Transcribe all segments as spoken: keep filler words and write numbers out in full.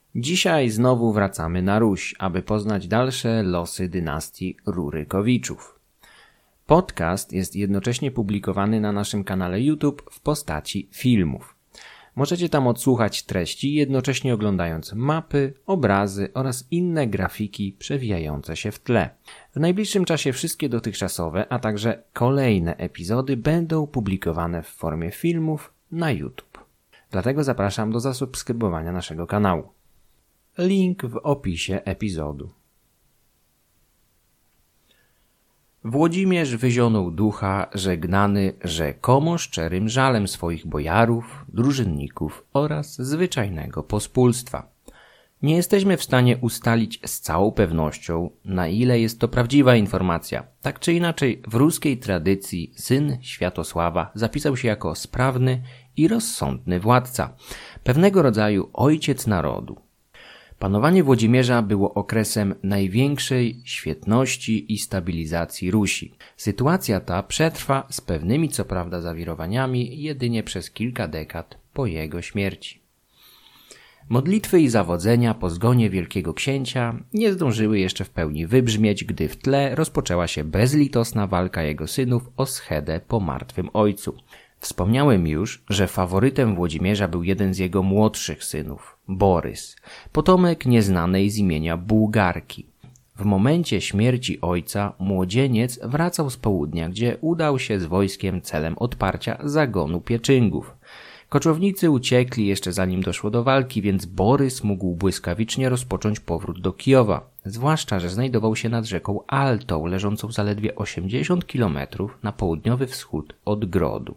Dzisiaj znowu wracamy na Ruś, aby poznać dalsze losy dynastii Rurykowiczów. Podcast jest jednocześnie publikowany na naszym kanale YouTube w postaci filmów. Możecie tam odsłuchać treści, jednocześnie oglądając mapy, obrazy oraz inne grafiki przewijające się w tle. W najbliższym czasie wszystkie dotychczasowe, a także kolejne epizody będą publikowane w formie filmów na YouTube. Dlatego zapraszam do zasubskrybowania naszego kanału. Link w opisie epizodu. Włodzimierz wyzionął ducha żegnany rzekomo szczerym żalem swoich bojarów, drużynników oraz zwyczajnego pospólstwa. Nie jesteśmy w stanie ustalić z całą pewnością, na ile jest to prawdziwa informacja. Tak czy inaczej, w ruskiej tradycji syn Światosława zapisał się jako sprawny i rozsądny władca, pewnego rodzaju ojciec narodu. Panowanie Włodzimierza było okresem największej świetności i stabilizacji Rusi. Sytuacja ta przetrwa z pewnymi co prawda zawirowaniami jedynie przez kilka dekad po jego śmierci. Modlitwy i zawodzenia po zgonie wielkiego księcia nie zdążyły jeszcze w pełni wybrzmieć, gdy w tle rozpoczęła się bezlitosna walka jego synów o schedę po martwym ojcu. Wspomniałem już, że faworytem Włodzimierza był jeden z jego młodszych synów, Borys, potomek nieznanej z imienia Bułgarki. W momencie śmierci ojca młodzieniec wracał z południa, gdzie udał się z wojskiem celem odparcia zagonu Pieczyngów. Koczownicy uciekli jeszcze zanim doszło do walki, więc Borys mógł błyskawicznie rozpocząć powrót do Kijowa, zwłaszcza że znajdował się nad rzeką Altą, leżącą zaledwie osiemdziesiąt kilometrów na południowy wschód od Grodu.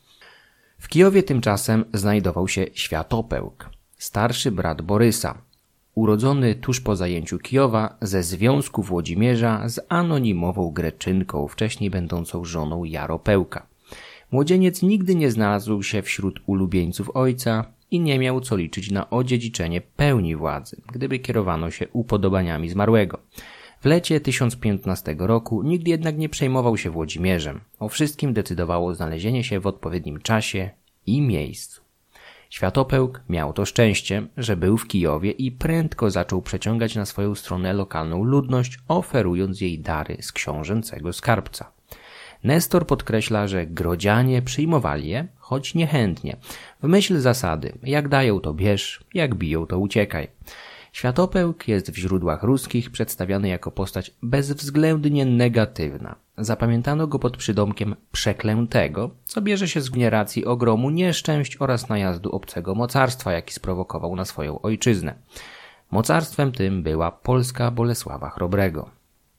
W Kijowie tymczasem znajdował się Światopełk, starszy brat Borysa, urodzony tuż po zajęciu Kijowa ze związku Włodzimierza z anonimową Greczynką, wcześniej będącą żoną Jaropełka. Młodzieniec nigdy nie znalazł się wśród ulubieńców ojca i nie miał co liczyć na odziedziczenie pełni władzy, gdyby kierowano się upodobaniami zmarłego. W lecie tysiąc piętnastego roku nikt jednak nie przejmował się Włodzimierzem. O wszystkim decydowało znalezienie się w odpowiednim czasie i miejscu. Światopełk miał to szczęście, że był w Kijowie i prędko zaczął przeciągać na swoją stronę lokalną ludność, oferując jej dary z książęcego skarbca. Nestor podkreśla, że Grodzianie przyjmowali je, choć niechętnie, w myśl zasady, jak dają to bierz, jak biją to uciekaj. Światopełk jest w źródłach ruskich przedstawiany jako postać bezwzględnie negatywna. Zapamiętano go pod przydomkiem przeklętego, co bierze się z racji ogromu nieszczęść oraz najazdu obcego mocarstwa, jaki sprowokował na swoją ojczyznę. Mocarstwem tym była Polska Bolesława Chrobrego.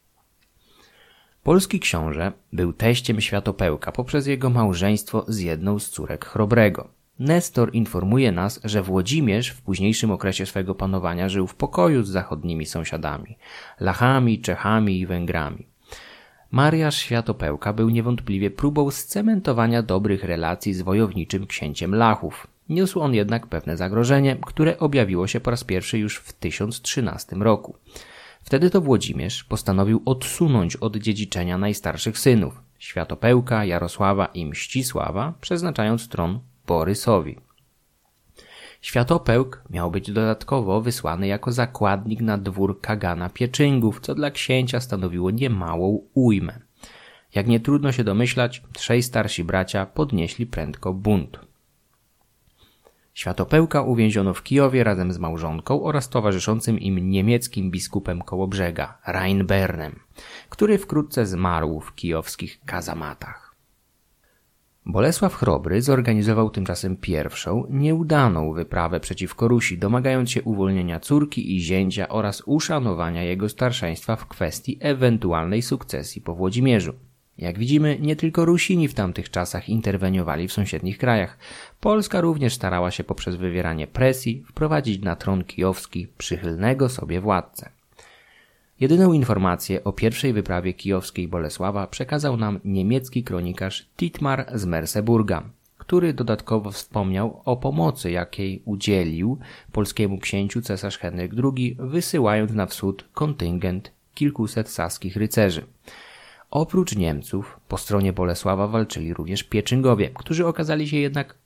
Polski książę był teściem Światopełka poprzez jego małżeństwo z jedną z córek Chrobrego. Nestor informuje nas, że Włodzimierz w późniejszym okresie swego panowania żył w pokoju z zachodnimi sąsiadami, Lachami, Czechami i Węgrami. Mariaż Światopełka był niewątpliwie próbą scementowania dobrych relacji z wojowniczym księciem Lachów. Niósł on jednak pewne zagrożenie, które objawiło się po raz pierwszy już w tysiąc trzynastym roku. Wtedy to Włodzimierz postanowił odsunąć od dziedziczenia najstarszych synów, Światopełka, Jarosława i Mścisława, przeznaczając tron Borysowi. Światopełk miał być dodatkowo wysłany jako zakładnik na dwór kagana Pieczyngów, co dla księcia stanowiło niemałą ujmę. Jak nie trudno się domyślać, trzej starsi bracia podnieśli prędko bunt. Światopełka uwięziono w Kijowie razem z małżonką oraz towarzyszącym im niemieckim biskupem Kołobrzega, Reinbernem, który wkrótce zmarł w kijowskich kazamatach. Bolesław Chrobry zorganizował tymczasem pierwszą, nieudaną wyprawę przeciwko Rusi, domagając się uwolnienia córki i zięcia oraz uszanowania jego starszeństwa w kwestii ewentualnej sukcesji po Włodzimierzu. Jak widzimy, nie tylko Rusini w tamtych czasach interweniowali w sąsiednich krajach. Polska również starała się poprzez wywieranie presji wprowadzić na tron kijowski przychylnego sobie władcę. Jedyną informację o pierwszej wyprawie kijowskiej Bolesława przekazał nam niemiecki kronikarz Titmar z Merseburga, który dodatkowo wspomniał o pomocy, jakiej udzielił polskiemu księciu cesarz Henryk drugi, wysyłając na wschód kontyngent kilkuset saskich rycerzy. Oprócz Niemców po stronie Bolesława walczyli również Pieczyngowie, którzy okazali się jednak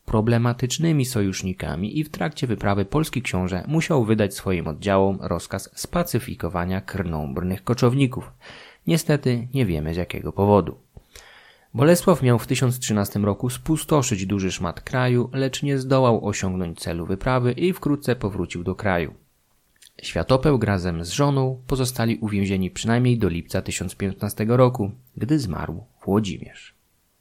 problematycznymi sojusznikami i w trakcie wyprawy polski książę musiał wydać swoim oddziałom rozkaz spacyfikowania krnąbrnych koczowników. Niestety nie wiemy z jakiego powodu. Bolesław miał w tysiąc trzynastym roku spustoszyć duży szmat kraju, lecz nie zdołał osiągnąć celu wyprawy i wkrótce powrócił do kraju. Światopełk razem z żoną pozostali uwięzieni przynajmniej do lipca tysiąc piętnastego roku, gdy zmarł Włodzimierz.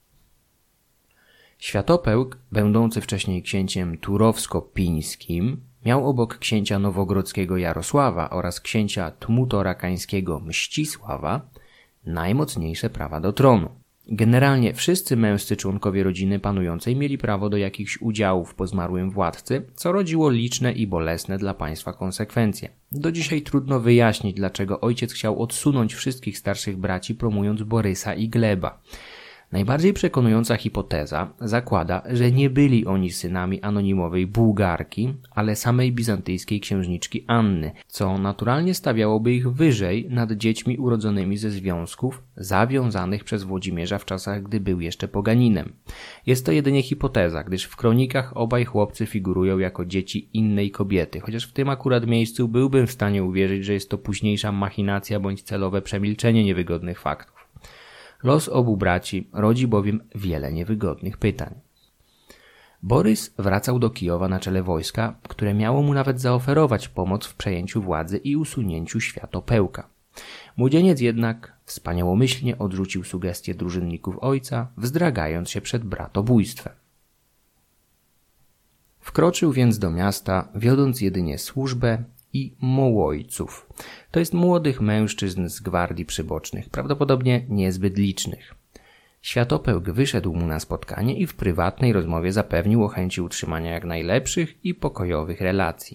Światopełk, będący wcześniej księciem turowsko-pińskim, miał obok księcia nowogrodzkiego Jarosława oraz księcia tmutorakańskiego Mścisława najmocniejsze prawa do tronu. Generalnie wszyscy męscy członkowie rodziny panującej mieli prawo do jakichś udziałów po zmarłym władcy, co rodziło liczne i bolesne dla państwa konsekwencje. Do dzisiaj trudno wyjaśnić, dlaczego ojciec chciał odsunąć wszystkich starszych braci, promując Borysa i Gleba. Najbardziej przekonująca hipoteza zakłada, że nie byli oni synami anonimowej Bułgarki, ale samej bizantyjskiej księżniczki Anny, co naturalnie stawiałoby ich wyżej nad dziećmi urodzonymi ze związków zawiązanych przez Włodzimierza w czasach, gdy był jeszcze poganinem. Jest to jedynie hipoteza, gdyż w kronikach obaj chłopcy figurują jako dzieci innej kobiety, chociaż w tym akurat miejscu byłbym w stanie uwierzyć, że jest to późniejsza machinacja bądź celowe przemilczenie niewygodnych faktów. Los obu braci rodzi bowiem wiele niewygodnych pytań. Borys wracał do Kijowa na czele wojska, które miało mu nawet zaoferować pomoc w przejęciu władzy i usunięciu Światopełka. Młodzieniec jednak wspaniałomyślnie odrzucił sugestie drużynników ojca, wzdragając się przed bratobójstwem. Wkroczył więc do miasta, wiodąc jedynie służbę i mołojców. To jest młodych mężczyzn z gwardii przybocznych, prawdopodobnie niezbyt licznych. Światopełk wyszedł mu na spotkanie i w prywatnej rozmowie zapewnił o chęci utrzymania jak najlepszych i pokojowych relacji.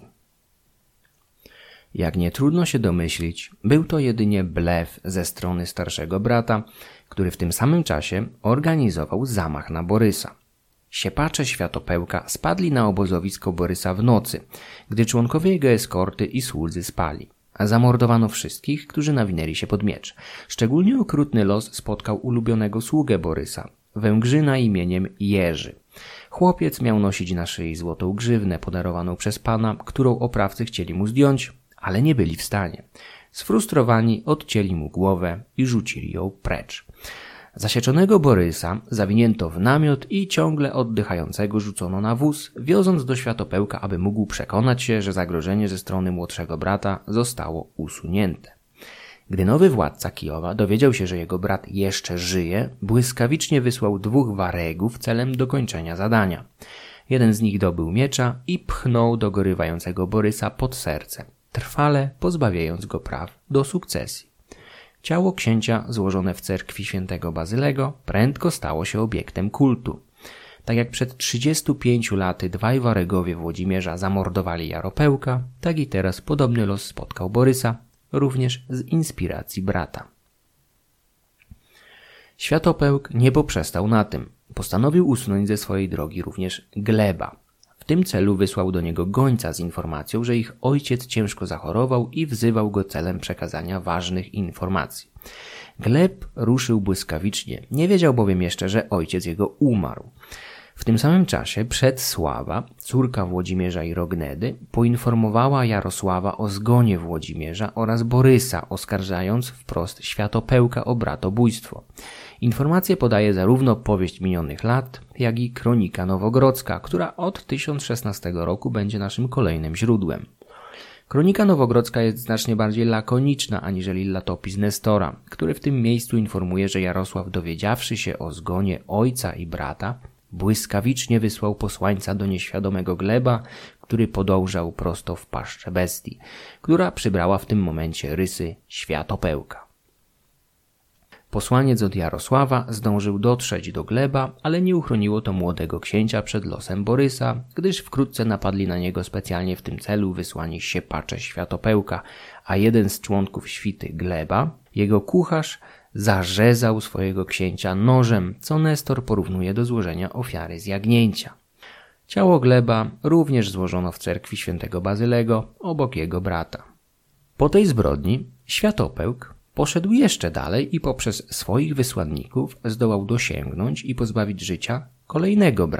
Jak nie trudno się domyślić, był to jedynie blef ze strony starszego brata, który w tym samym czasie organizował zamach na Borysa. Siepacze Światopełka spadli na obozowisko Borysa w nocy, gdy członkowie jego eskorty i słudzy spali. A zamordowano wszystkich, którzy nawinęli się pod miecz. Szczególnie okrutny los spotkał ulubionego sługę Borysa, Węgrzyna imieniem Jerzy. Chłopiec miał nosić na szyi złotą grzywnę podarowaną przez pana, którą oprawcy chcieli mu zdjąć, ale nie byli w stanie. Sfrustrowani odcięli mu głowę i rzucili ją precz. Zasieczonego Borysa zawinięto w namiot i ciągle oddychającego rzucono na wóz, wioząc do Światopełka, aby mógł przekonać się, że zagrożenie ze strony młodszego brata zostało usunięte. Gdy nowy władca Kijowa dowiedział się, że jego brat jeszcze żyje, błyskawicznie wysłał dwóch waregów celem dokończenia zadania. Jeden z nich dobył miecza i pchnął dogorywającego Borysa pod serce, trwale pozbawiając go praw do sukcesji. Ciało księcia złożone w cerkwi świętego Bazylego prędko stało się obiektem kultu. Tak jak przed trzydziestu pięciu laty dwaj waregowie Włodzimierza zamordowali Jaropełka, tak i teraz podobny los spotkał Borysa, również z inspiracji brata. Światopełk nie poprzestał na tym. Postanowił usunąć ze swojej drogi również Gleba. W tym celu wysłał do niego gońca z informacją, że ich ojciec ciężko zachorował i wzywał go celem przekazania ważnych informacji. Gleb ruszył błyskawicznie, nie wiedział bowiem jeszcze, że ojciec jego umarł. W tym samym czasie Przedsława, córka Włodzimierza i Rognedy, poinformowała Jarosława o zgonie Włodzimierza oraz Borysa, oskarżając wprost Światopełka o bratobójstwo. Informacje podaje zarówno powieść minionych lat, jak i kronika nowogrodzka, która od tysiąc szesnastego roku będzie naszym kolejnym źródłem. Kronika nowogrodzka jest znacznie bardziej lakoniczna aniżeli latopis Nestora, który w tym miejscu informuje, że Jarosław, dowiedziawszy się o zgonie ojca i brata, błyskawicznie wysłał posłańca do nieświadomego Gleba, który podążał prosto w paszczę bestii, która przybrała w tym momencie rysy Światopełka. Posłaniec od Jarosława zdążył dotrzeć do Gleba, ale nie uchroniło to młodego księcia przed losem Borysa, gdyż wkrótce napadli na niego specjalnie w tym celu wysłani siepacze Światopełka, a jeden z członków świty Gleba, jego kucharz, zarzezał swojego księcia nożem, co Nestor porównuje do złożenia ofiary z jagnięcia. Ciało Gleba również złożono w cerkwi świętego Bazylego obok jego brata. Po tej zbrodni Światopełk poszedł jeszcze dalej i poprzez swoich wysłanników zdołał dosięgnąć i pozbawić życia kolejnego brata,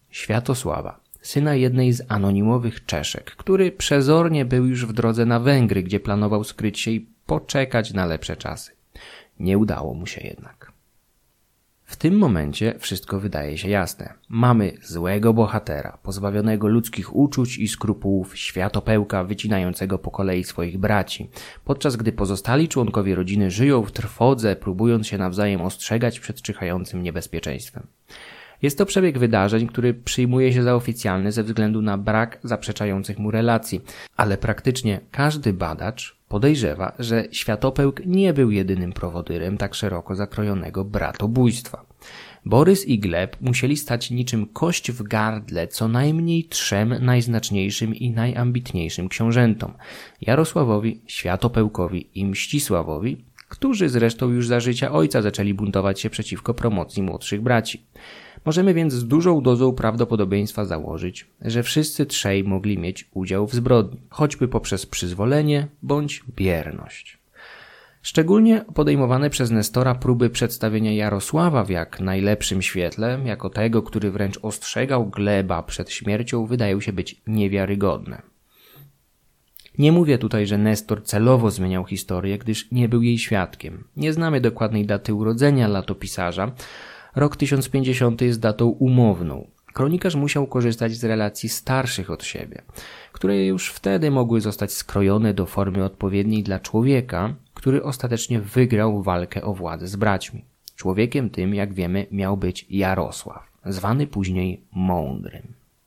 Światosława, syna jednej z anonimowych Czeszek, który przezornie był już w drodze na Węgry, gdzie planował skryć się i poczekać na lepsze czasy. Nie udało mu się jednak. W tym momencie wszystko wydaje się jasne. Mamy złego bohatera, pozbawionego ludzkich uczuć i skrupułów, światopełka wycinającego po kolei swoich braci, podczas gdy pozostali członkowie rodziny żyją w trwodze, próbując się nawzajem ostrzegać przed czyhającym niebezpieczeństwem. Jest to przebieg wydarzeń, który przyjmuje się za oficjalny ze względu na brak zaprzeczających mu relacji, ale praktycznie każdy badacz podejrzewa, że Światopełk nie był jedynym prowodyrem tak szeroko zakrojonego bratobójstwa. Borys i Gleb musieli stać niczym kość w gardle co najmniej trzem najznaczniejszym i najambitniejszym książętom – Jarosławowi, Światopełkowi i Mścisławowi, którzy zresztą już za życia ojca zaczęli buntować się przeciwko promocji młodszych braci. Możemy więc z dużą dozą prawdopodobieństwa założyć, że wszyscy trzej mogli mieć udział w zbrodni, choćby poprzez przyzwolenie bądź bierność. Szczególnie podejmowane przez Nestora próby przedstawienia Jarosława w jak najlepszym świetle, jako tego, który wręcz ostrzegał Gleba przed śmiercią, wydają się być niewiarygodne. Nie mówię tutaj, że Nestor celowo zmieniał historię, gdyż nie był jej świadkiem. Nie znamy dokładnej daty urodzenia latopisarza. Rok tysiąc pięćdziesiąty jest datą umowną. Kronikarz musiał korzystać z relacji starszych od siebie, które już wtedy mogły zostać skrojone do formy odpowiedniej dla człowieka, który ostatecznie wygrał walkę o władzę z braćmi. Człowiekiem tym, jak wiemy, miał być Jarosław, zwany później Mądrym.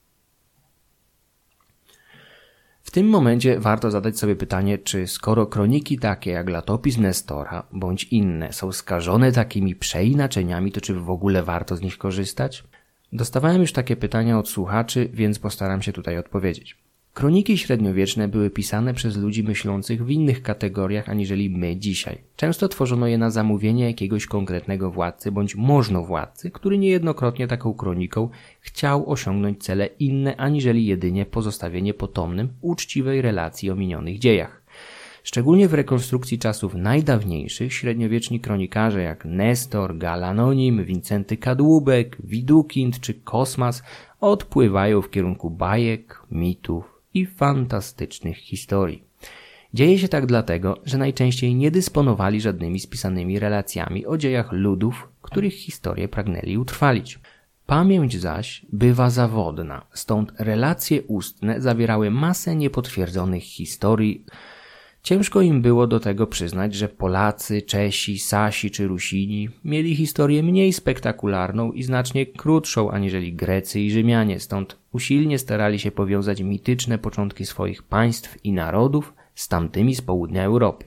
W tym momencie warto zadać sobie pytanie, czy skoro kroniki takie jak Latopis Nestora bądź inne są skażone takimi przeinaczeniami, to czy w ogóle warto z nich korzystać? Dostawałem już takie pytania od słuchaczy, więc postaram się tutaj odpowiedzieć. Kroniki średniowieczne były pisane przez ludzi myślących w innych kategoriach aniżeli my dzisiaj. Często tworzono je na zamówienie jakiegoś konkretnego władcy bądź możnowładcy, który niejednokrotnie taką kroniką chciał osiągnąć cele inne aniżeli jedynie pozostawienie potomnym uczciwej relacji o minionych dziejach. Szczególnie w rekonstrukcji czasów najdawniejszych średniowieczni kronikarze jak Nestor, Gal Anonim, Wincenty Kadłubek, Widukind czy Kosmas odpływają w kierunku bajek, mitów i fantastycznych historii. Dzieje się tak dlatego, że najczęściej nie dysponowali żadnymi spisanymi relacjami o dziejach ludów, których historię pragnęli utrwalić. Pamięć zaś bywa zawodna, stąd relacje ustne zawierały masę niepotwierdzonych historii. Ciężko im było do tego przyznać, że Polacy, Czesi, Sasi czy Rusini mieli historię mniej spektakularną i znacznie krótszą aniżeli Grecy i Rzymianie, stąd usilnie starali się powiązać mityczne początki swoich państw i narodów z tamtymi z południa Europy.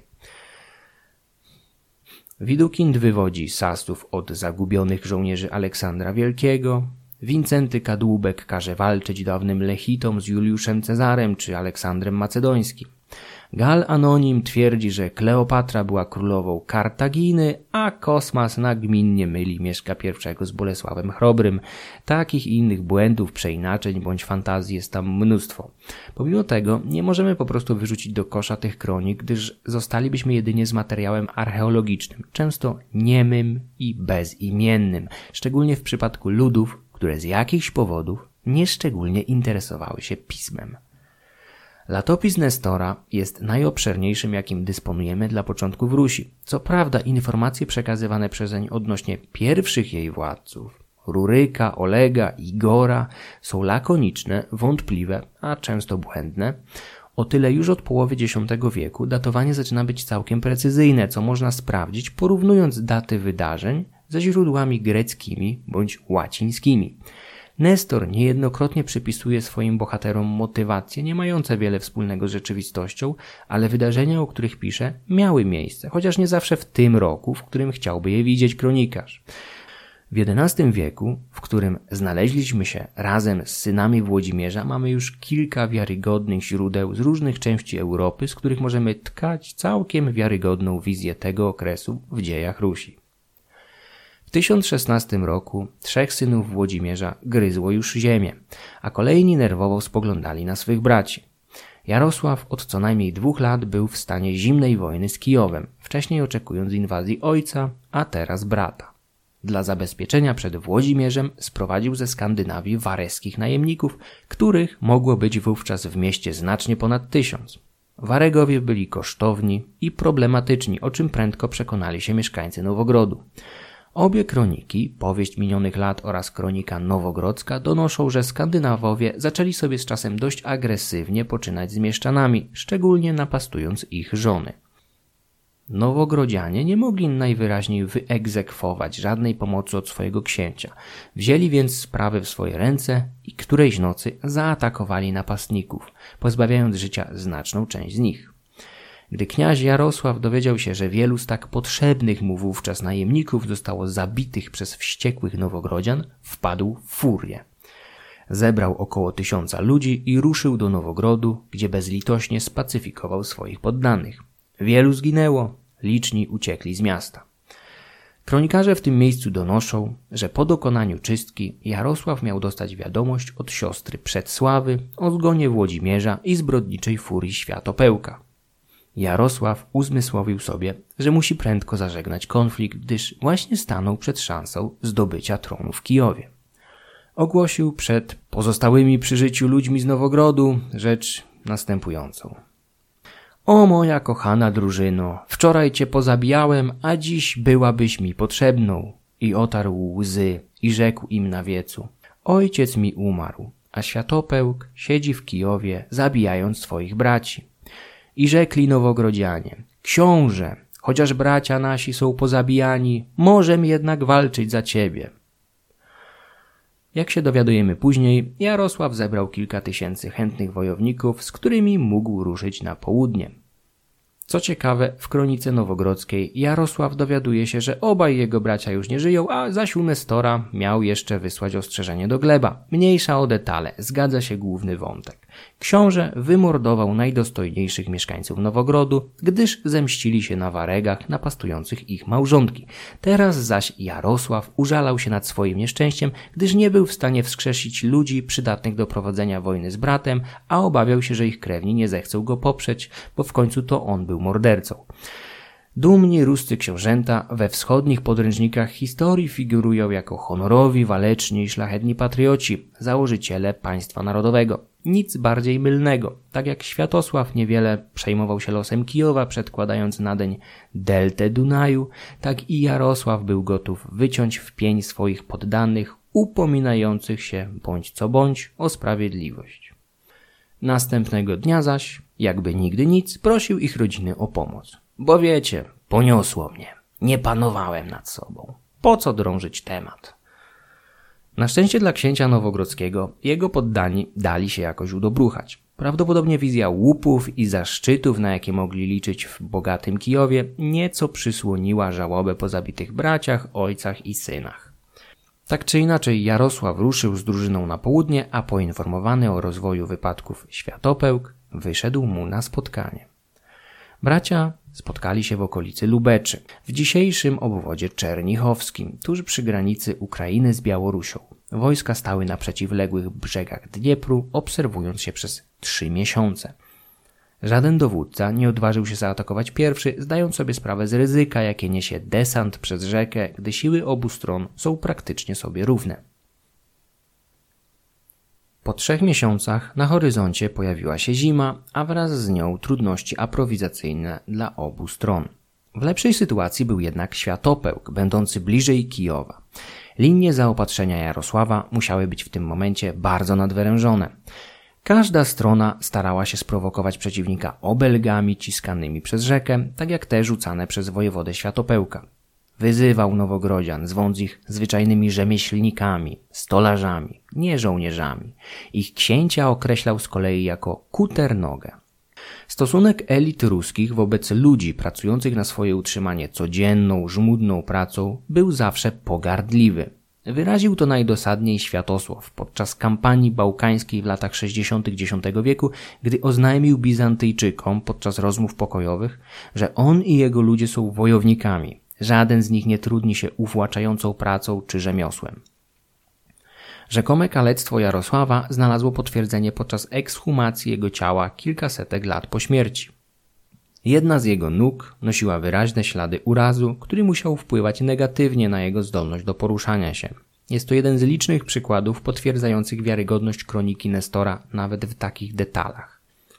Widukind wywodzi Sasów od zagubionych żołnierzy Aleksandra Wielkiego, Wincenty Kadłubek każe walczyć dawnym Lechitom z Juliuszem Cezarem czy Aleksandrem Macedońskim. Gal Anonim twierdzi, że Kleopatra była królową Kartaginy, a Kosmas nagminnie myli Mieszka I z Bolesławem Chrobrym. Takich i innych błędów, przeinaczeń bądź fantazji jest tam mnóstwo. Pomimo tego nie możemy po prostu wyrzucić do kosza tych kronik, gdyż zostalibyśmy jedynie z materiałem archeologicznym, często niemym i bezimiennym, szczególnie w przypadku ludów, które z jakichś powodów nieszczególnie interesowały się pismem. Latopis Nestora jest najobszerniejszym, jakim dysponujemy dla początków Rusi. Co prawda informacje przekazywane przezeń odnośnie pierwszych jej władców, Ruryka, Olega, Igora, są lakoniczne, wątpliwe, a często błędne. O tyle już od połowy dziesiątego wieku datowanie zaczyna być całkiem precyzyjne, co można sprawdzić porównując daty wydarzeń ze źródłami greckimi bądź łacińskimi. Nestor niejednokrotnie przypisuje swoim bohaterom motywacje nie mające wiele wspólnego z rzeczywistością, ale wydarzenia, o których pisze, miały miejsce, chociaż nie zawsze w tym roku, w którym chciałby je widzieć kronikarz. W jedenastym wieku, w którym znaleźliśmy się razem z synami Włodzimierza, mamy już kilka wiarygodnych źródeł z różnych części Europy, z których możemy tkać całkiem wiarygodną wizję tego okresu w dziejach Rusi. W tysiąc szesnastym roku trzech synów Włodzimierza gryzło już ziemię, a kolejni nerwowo spoglądali na swych braci. Jarosław od co najmniej dwóch lat był w stanie zimnej wojny z Kijowem, wcześniej oczekując inwazji ojca, a teraz brata. Dla zabezpieczenia przed Włodzimierzem sprowadził ze Skandynawii wareskich najemników, których mogło być wówczas w mieście znacznie ponad tysiąc. Waregowie byli kosztowni i problematyczni, o czym prędko przekonali się mieszkańcy Nowogrodu. Obie kroniki, powieść minionych lat oraz kronika nowogrodzka, donoszą, że Skandynawowie zaczęli sobie z czasem dość agresywnie poczynać z mieszczanami, szczególnie napastując ich żony. Nowogrodzianie nie mogli najwyraźniej wyegzekwować żadnej pomocy od swojego księcia. Wzięli więc sprawy w swoje ręce i którejś nocy zaatakowali napastników, pozbawiając życia znaczną część z nich. Gdy kniaź Jarosław dowiedział się, że wielu z tak potrzebnych mu wówczas najemników zostało zabitych przez wściekłych Nowogrodzian, wpadł w furię. Zebrał około tysiąca ludzi i ruszył do Nowogrodu, gdzie bezlitośnie spacyfikował swoich poddanych. Wielu zginęło, liczni uciekli z miasta. Kronikarze w tym miejscu donoszą, że po dokonaniu czystki Jarosław miał dostać wiadomość od siostry Przedsławy o zgonie Włodzimierza i zbrodniczej furii Światopełka. Jarosław uzmysłowił sobie, że musi prędko zażegnać konflikt, gdyż właśnie stanął przed szansą zdobycia tronu w Kijowie. Ogłosił przed pozostałymi przy życiu ludźmi z Nowogrodu rzecz następującą. O moja kochana drużyno, wczoraj cię pozabijałem, a dziś byłabyś mi potrzebną. I otarł łzy i rzekł im na wiecu. Ojciec mi umarł, a Światopełk siedzi w Kijowie, zabijając swoich braci. I rzekli Nowogrodzianie, książę, chociaż bracia nasi są pozabijani, możem jednak walczyć za ciebie. Jak się dowiadujemy później, Jarosław zebrał kilka tysięcy chętnych wojowników, z którymi mógł ruszyć na południe. Co ciekawe, w kronice nowogrodzkiej Jarosław dowiaduje się, że obaj jego bracia już nie żyją, a zaś u Nestora miał jeszcze wysłać ostrzeżenie do Gleba. Mniejsza o detale, zgadza się główny wątek. Książę wymordował najdostojniejszych mieszkańców Nowogrodu, gdyż zemścili się na Waregach napastujących ich małżonki. Teraz zaś Jarosław użalał się nad swoim nieszczęściem, gdyż nie był w stanie wskrzesić ludzi przydatnych do prowadzenia wojny z bratem, a obawiał się, że ich krewni nie zechcą go poprzeć, bo w końcu to on był mordercą. Dumni ruscy książęta we wschodnich podręcznikach historii figurują jako honorowi, waleczni i szlachetni patrioci, założyciele państwa narodowego. Nic bardziej mylnego. Tak jak Światosław niewiele przejmował się losem Kijowa, przedkładając nadeń deltę Dunaju, tak i Jarosław był gotów wyciąć w pień swoich poddanych, upominających się bądź co bądź o sprawiedliwość. Następnego dnia zaś, jakby nigdy nic, prosił ich rodziny o pomoc. Bo wiecie, poniosło mnie. Nie panowałem nad sobą. Po co drążyć temat? Na szczęście dla księcia nowogrodzkiego jego poddani dali się jakoś udobruchać. Prawdopodobnie wizja łupów i zaszczytów, na jakie mogli liczyć w bogatym Kijowie, nieco przysłoniła żałobę po zabitych braciach, ojcach i synach. Tak czy inaczej Jarosław ruszył z drużyną na południe, a poinformowany o rozwoju wypadków Światopełk wyszedł mu na spotkanie. Bracia spotkali się w okolicy Lubeczy, w dzisiejszym obwodzie czernichowskim, tuż przy granicy Ukrainy z Białorusią. Wojska stały na przeciwległych brzegach Dniepru, obserwując się przez trzy miesiące. Żaden dowódca nie odważył się zaatakować pierwszy, zdając sobie sprawę z ryzyka, jakie niesie desant przez rzekę, gdy siły obu stron są praktycznie sobie równe. Po trzech miesiącach na horyzoncie pojawiła się zima, a wraz z nią trudności aprowizacyjne dla obu stron. W lepszej sytuacji był jednak Światopełk, będący bliżej Kijowa. Linie zaopatrzenia Jarosława musiały być w tym momencie bardzo nadwyrężone. Każda strona starała się sprowokować przeciwnika obelgami ciskanymi przez rzekę, tak jak te rzucane przez wojewodę Światopełka. Wyzywał Nowogrodzian, zwąc ich zwyczajnymi rzemieślnikami, stolarzami, nie żołnierzami. Ich księcia określał z kolei jako kuternogę. Stosunek elit ruskich wobec ludzi pracujących na swoje utrzymanie codzienną, żmudną pracą był zawsze pogardliwy. Wyraził to najdosadniej Światosław podczas kampanii bałkańskiej w latach sześćdziesiątych dziesiątego wieku, gdy oznajmił Bizantyjczykom podczas rozmów pokojowych, że on i jego ludzie są wojownikami. Żaden z nich nie trudni się uwłaczającą pracą czy rzemiosłem. Rzekome kalectwo Jarosława znalazło potwierdzenie podczas ekshumacji jego ciała kilkasetek lat po śmierci. Jedna z jego nóg nosiła wyraźne ślady urazu, który musiał wpływać negatywnie na jego zdolność do poruszania się. Jest to jeden z licznych przykładów potwierdzających wiarygodność kroniki Nestora nawet w takich detalach.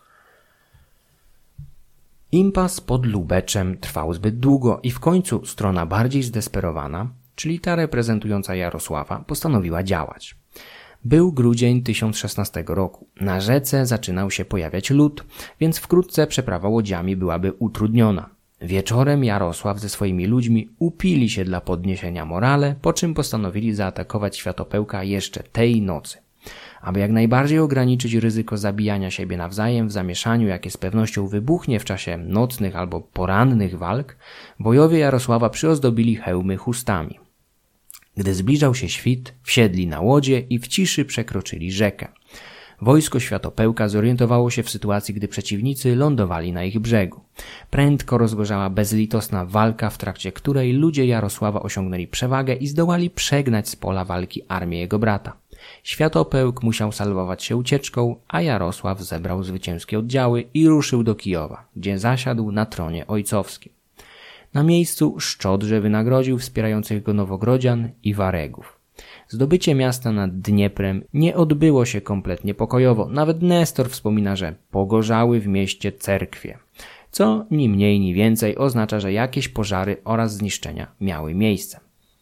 Impas pod Lubeczem trwał zbyt długo i w końcu strona bardziej zdesperowana, czyli ta reprezentująca Jarosława, postanowiła działać. Był grudzień tysiąc szesnastego roku. Na rzece zaczynał się pojawiać lód, więc wkrótce przeprawa łodziami byłaby utrudniona. Wieczorem Jarosław ze swoimi ludźmi upili się dla podniesienia morale, po czym postanowili zaatakować Światopełka jeszcze tej nocy. Aby jak najbardziej ograniczyć ryzyko zabijania siebie nawzajem w zamieszaniu, jakie z pewnością wybuchnie w czasie nocnych albo porannych walk, bojowie Jarosława przyozdobili hełmy chustami. Gdy zbliżał się świt, wsiedli na łodzie i w ciszy przekroczyli rzekę. Wojsko Światopełka zorientowało się w sytuacji, gdy przeciwnicy lądowali na ich brzegu. Prędko rozgorzała bezlitosna walka, w trakcie której ludzie Jarosława osiągnęli przewagę i zdołali przegnać z pola walki armię jego brata. Światopełk musiał salwować się ucieczką, a Jarosław zebrał zwycięskie oddziały i ruszył do Kijowa, gdzie zasiadł na tronie ojcowskim. Na miejscu szczodrze wynagrodził wspierających go Nowogrodzian i Waregów. Zdobycie miasta nad Dnieprem nie odbyło się kompletnie pokojowo. Nawet Nestor wspomina, że pogorzały w mieście cerkwie, co ni mniej ni więcej oznacza, że jakieś pożary oraz zniszczenia miały miejsce.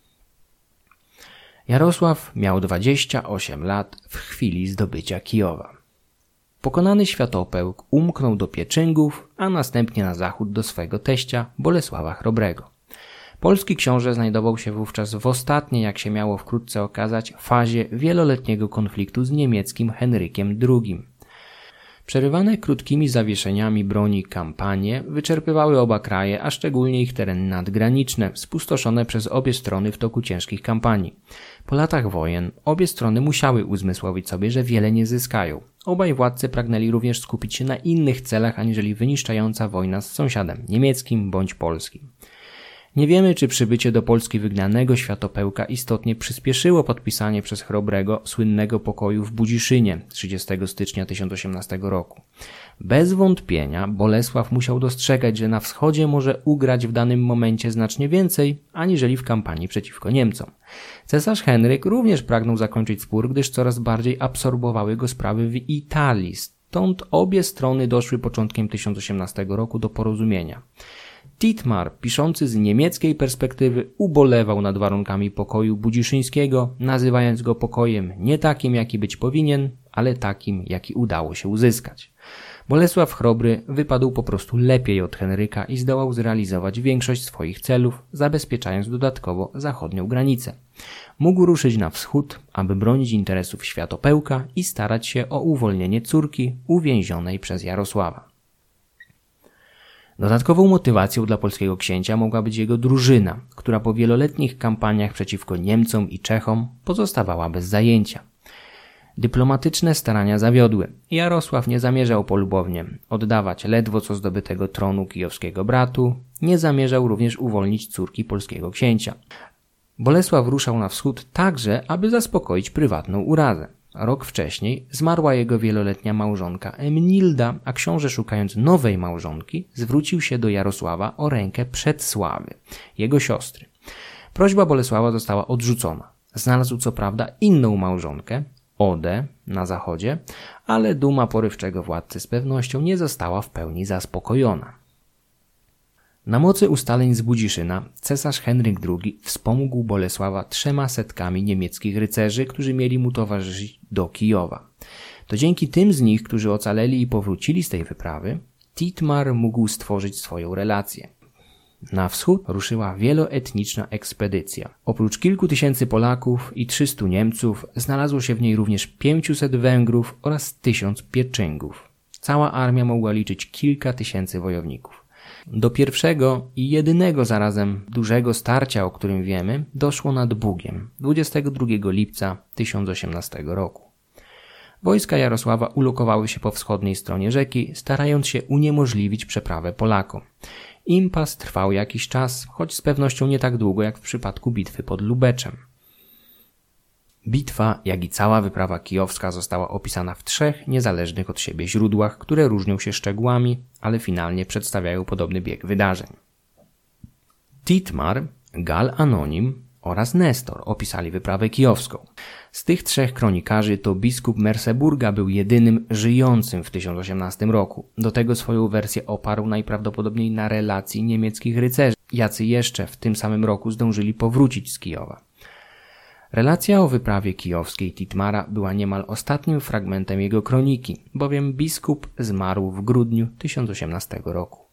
Jarosław miał dwadzieścia osiem lat w chwili zdobycia Kijowa. Pokonany Światopełk umknął do Pieczyngów, a następnie na zachód do swego teścia Bolesława Chrobrego. Polski książę znajdował się wówczas w ostatniej, jak się miało wkrótce okazać, fazie wieloletniego konfliktu z niemieckim Henrykiem drugim. Przerywane krótkimi zawieszeniami broni kampanie wyczerpywały oba kraje, a szczególnie ich tereny nadgraniczne, spustoszone przez obie strony w toku ciężkich kampanii. Po latach wojen obie strony musiały uzmysłowić sobie, że wiele nie zyskają. Obaj władcy pragnęli również skupić się na innych celach aniżeli wyniszczająca wojna z sąsiadem niemieckim bądź polskim. Nie wiemy, czy przybycie do Polski wygnanego Światopełka istotnie przyspieszyło podpisanie przez Chrobrego słynnego pokoju w Budziszynie trzydziestego stycznia tysiąc osiemnastego roku. Bez wątpienia Bolesław musiał dostrzegać, że na wschodzie może ugrać w danym momencie znacznie więcej, aniżeli w kampanii przeciwko Niemcom. Cesarz Henryk również pragnął zakończyć spór, gdyż coraz bardziej absorbowały go sprawy w Italii. Stąd obie strony doszły początkiem tysiąc osiemnastego roku do porozumienia. Titmar, piszący z niemieckiej perspektywy, ubolewał nad warunkami pokoju budziszyńskiego, nazywając go pokojem nie takim, jaki być powinien, ale takim, jaki udało się uzyskać. Bolesław Chrobry wypadł po prostu lepiej od Henryka i zdołał zrealizować większość swoich celów, zabezpieczając dodatkowo zachodnią granicę. Mógł ruszyć na wschód, aby bronić interesów Światopełka i starać się o uwolnienie córki uwięzionej przez Jarosława. Dodatkową motywacją dla polskiego księcia mogła być jego drużyna, która po wieloletnich kampaniach przeciwko Niemcom i Czechom pozostawała bez zajęcia. Dyplomatyczne starania zawiodły. Jarosław nie zamierzał polubownie oddawać ledwo co zdobytego tronu kijowskiego bratu, nie zamierzał również uwolnić córki polskiego księcia. Bolesław ruszał na wschód także, aby zaspokoić prywatną urazę. Rok wcześniej zmarła jego wieloletnia małżonka Emnilda, a książę, szukając nowej małżonki, zwrócił się do Jarosława o rękę Przedsławy, jego siostry. Prośba Bolesława została odrzucona. Znalazł co prawda inną małżonkę, Odę, na zachodzie, ale duma porywczego władcy z pewnością nie została w pełni zaspokojona. Na mocy ustaleń z Budziszyna cesarz Henryk drugi wspomógł Bolesława trzema setkami niemieckich rycerzy, którzy mieli mu towarzyszyć do Kijowa. To dzięki tym z nich, którzy ocaleli i powrócili z tej wyprawy, Titmar mógł stworzyć swoją relację. Na wschód ruszyła wieloetniczna ekspedycja. Oprócz kilku tysięcy Polaków i trzystu Niemców znalazło się w niej również pięciuset Węgrów oraz tysiąc Pieczyngów. Cała armia mogła liczyć kilka tysięcy wojowników. Do pierwszego i jedynego zarazem dużego starcia, o którym wiemy, doszło nad Bugiem dwudziestego drugiego lipca tysiąc osiemnastego roku. Wojska Jarosława ulokowały się po wschodniej stronie rzeki, starając się uniemożliwić przeprawę Polakom. Impas trwał jakiś czas, choć z pewnością nie tak długo jak w przypadku bitwy pod Lubeczem. Bitwa, jak i cała wyprawa kijowska została opisana w trzech niezależnych od siebie źródłach, które różnią się szczegółami, ale finalnie przedstawiają podobny bieg wydarzeń. Titmar, Gal Anonim oraz Nestor opisali wyprawę kijowską. Z tych trzech kronikarzy to biskup Merseburga był jedynym żyjącym w tysiąc osiemnastym roku. Do tego swoją wersję oparł najprawdopodobniej na relacji niemieckich rycerzy, jacy jeszcze w tym samym roku zdążyli powrócić z Kijowa. Relacja o wyprawie kijowskiej Titmara była niemal ostatnim fragmentem jego kroniki, bowiem biskup zmarł w grudniu tysiąc osiemnastego roku.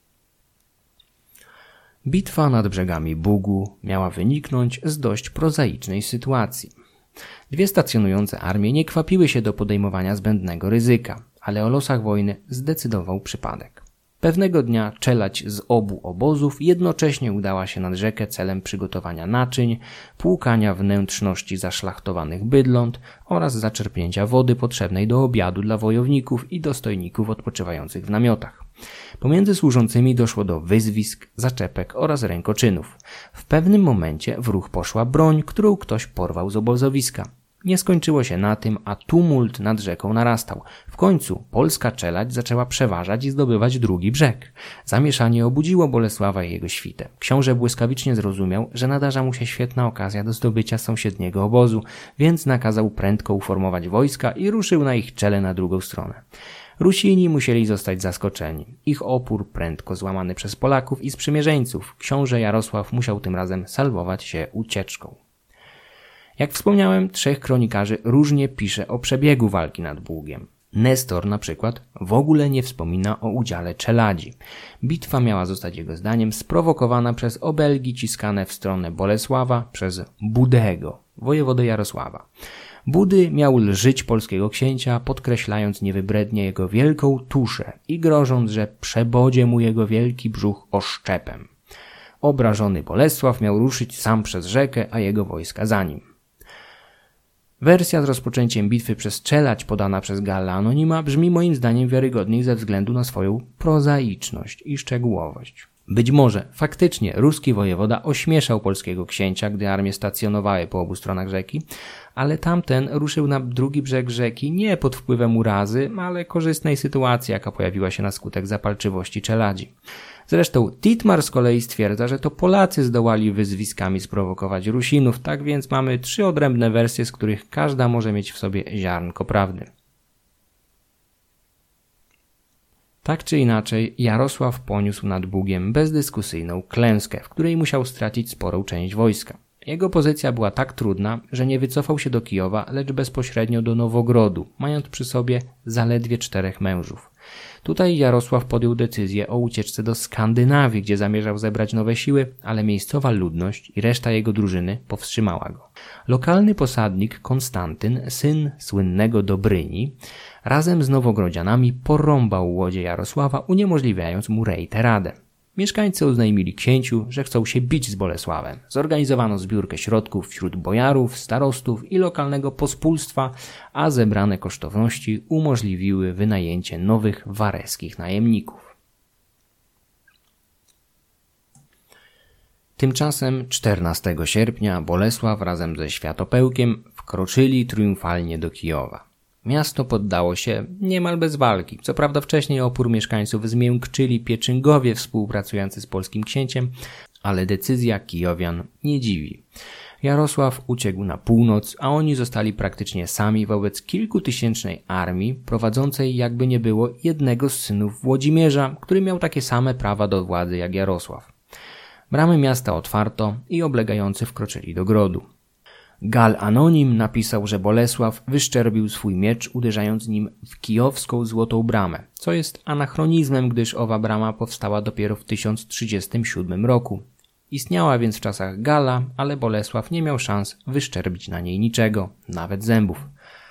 Bitwa nad brzegami Bugu miała wyniknąć z dość prozaicznej sytuacji. Dwie stacjonujące armie nie kwapiły się do podejmowania zbędnego ryzyka, ale o losach wojny zdecydował przypadek. Pewnego dnia czelać z obu obozów jednocześnie udała się nad rzekę celem przygotowania naczyń, płukania wnętrzności zaszlachtowanych bydląt oraz zaczerpnięcia wody potrzebnej do obiadu dla wojowników i dostojników odpoczywających w namiotach. Pomiędzy służącymi doszło do wyzwisk, zaczepek oraz rękoczynów. W pewnym momencie w ruch poszła broń, którą ktoś porwał z obozowiska. Nie skończyło się na tym, a tumult nad rzeką narastał. W końcu polska czelać zaczęła przeważać i zdobywać drugi brzeg. Zamieszanie obudziło Bolesława i jego świtę. Książę błyskawicznie zrozumiał, że nadarza mu się świetna okazja do zdobycia sąsiedniego obozu, więc nakazał prędko uformować wojska i ruszył na ich czele na drugą stronę. Rusini musieli zostać zaskoczeni. Ich opór prędko złamany przez Polaków i sprzymierzeńców. Książę Jarosław musiał tym razem salwować się ucieczką. Jak wspomniałem, trzech kronikarzy różnie pisze o przebiegu walki nad Bugiem. Nestor na przykład w ogóle nie wspomina o udziale czeladzi. Bitwa miała zostać jego zdaniem sprowokowana przez obelgi ciskane w stronę Bolesława przez Budego, wojewodę Jarosława. Budy miał lżyć polskiego księcia, podkreślając niewybrednie jego wielką tuszę i grożąc, że przebodzie mu jego wielki brzuch oszczepem. Obrażony Bolesław miał ruszyć sam przez rzekę, a jego wojska za nim. Wersja z rozpoczęciem bitwy przez czelać podana przez Galla Anonima brzmi moim zdaniem wiarygodniej ze względu na swoją prozaiczność i szczegółowość. Być może faktycznie ruski wojewoda ośmieszał polskiego księcia, gdy armie stacjonowały po obu stronach rzeki, ale tamten ruszył na drugi brzeg rzeki nie pod wpływem urazy, ale korzystnej sytuacji, jaka pojawiła się na skutek zapalczywości czeladzi. Zresztą Titmar z kolei stwierdza, że to Polacy zdołali wyzwiskami sprowokować Rusinów, tak więc mamy trzy odrębne wersje, z których każda może mieć w sobie ziarnko prawdy. Tak czy inaczej, Jarosław poniósł nad Bugiem bezdyskusyjną klęskę, w której musiał stracić sporą część wojska. Jego pozycja była tak trudna, że nie wycofał się do Kijowa, lecz bezpośrednio do Nowogrodu, mając przy sobie zaledwie czterech mężów. Tutaj Jarosław podjął decyzję o ucieczce do Skandynawii, gdzie zamierzał zebrać nowe siły, ale miejscowa ludność i reszta jego drużyny powstrzymała go. Lokalny posadnik Konstantyn, syn słynnego Dobryni, razem z nowogrodzianami porąbał łodzie Jarosława, uniemożliwiając mu rejteradę. Mieszkańcy oznajmili księciu, że chcą się bić z Bolesławem. Zorganizowano zbiórkę środków wśród bojarów, starostów i lokalnego pospólstwa, a zebrane kosztowności umożliwiły wynajęcie nowych wareskich najemników. Tymczasem czternastego sierpnia Bolesław razem ze Światopełkiem wkroczyli triumfalnie do Kijowa. Miasto poddało się niemal bez walki. Co prawda wcześniej opór mieszkańców zmiękczyli Pieczyngowie współpracujący z polskim księciem, ale decyzja Kijowian nie dziwi. Jarosław uciekł na północ, a oni zostali praktycznie sami wobec kilkutysięcznej armii prowadzącej jakby nie było jednego z synów Włodzimierza, który miał takie same prawa do władzy jak Jarosław. Bramy miasta otwarto i oblegający wkroczyli do grodu. Gal Anonim napisał, że Bolesław wyszczerbił swój miecz, uderzając nim w kijowską złotą bramę, co jest anachronizmem, gdyż owa brama powstała dopiero w tysiąc trzydziestym siódmym roku. Istniała więc w czasach Gala, ale Bolesław nie miał szans wyszczerbić na niej niczego, nawet zębów.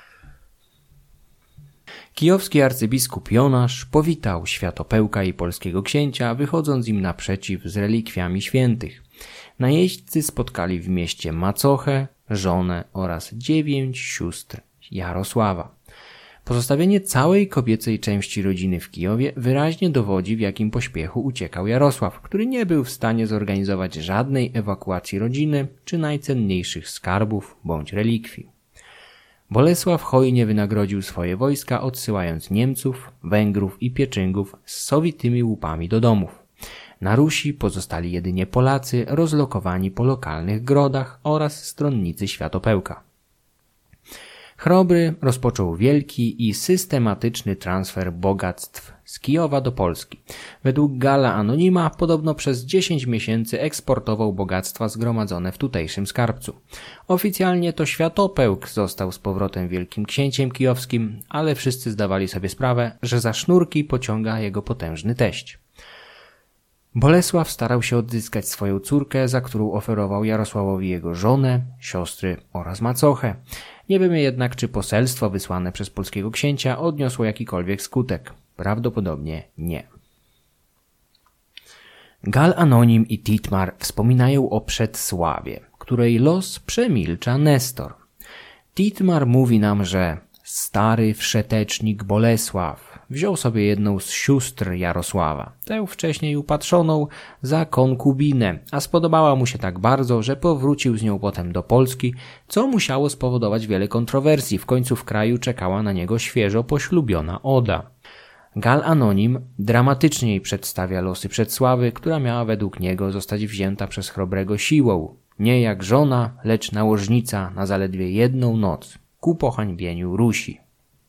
Kijowski arcybiskup Jonasz powitał Światopełka i polskiego księcia, wychodząc im naprzeciw z relikwiami świętych. Najeźdźcy spotkali w mieście macochę, żonę oraz dziewięć sióstr Jarosława. Pozostawienie całej kobiecej części rodziny w Kijowie wyraźnie dowodzi, w jakim pośpiechu uciekał Jarosław, który nie był w stanie zorganizować żadnej ewakuacji rodziny czy najcenniejszych skarbów bądź relikwii. Bolesław hojnie wynagrodził swoje wojska, odsyłając Niemców, Węgrów i Pieczyngów z sowitymi łupami do domów. Na Rusi pozostali jedynie Polacy rozlokowani po lokalnych grodach oraz stronnicy Światopełka. Chrobry rozpoczął wielki i systematyczny transfer bogactw z Kijowa do Polski. Według Galla Anonima podobno przez dziesięć miesięcy eksportował bogactwa zgromadzone w tutejszym skarbcu. Oficjalnie to Światopełk został z powrotem wielkim księciem kijowskim, ale wszyscy zdawali sobie sprawę, że za sznurki pociąga jego potężny teść. Bolesław starał się odzyskać swoją córkę, za którą oferował Jarosławowi jego żonę, siostry oraz macochę. Nie wiemy jednak, czy poselstwo wysłane przez polskiego księcia odniosło jakikolwiek skutek. Prawdopodobnie nie. Gall Anonim i Titmar wspominają o Przedsławie, której los przemilcza Nestor. Titmar mówi nam, że stary wszetecznik Bolesław wziął sobie jedną z sióstr Jarosława, tę wcześniej upatrzoną za konkubinę, a spodobała mu się tak bardzo, że powrócił z nią potem do Polski, co musiało spowodować wiele kontrowersji. W końcu w kraju czekała na niego świeżo poślubiona Oda. Gall Anonim dramatyczniej przedstawia losy Przedsławy, która miała według niego zostać wzięta przez Chrobrego siłą, nie jak żona, lecz nałożnica na zaledwie jedną noc, ku pohańbieniu Rusi.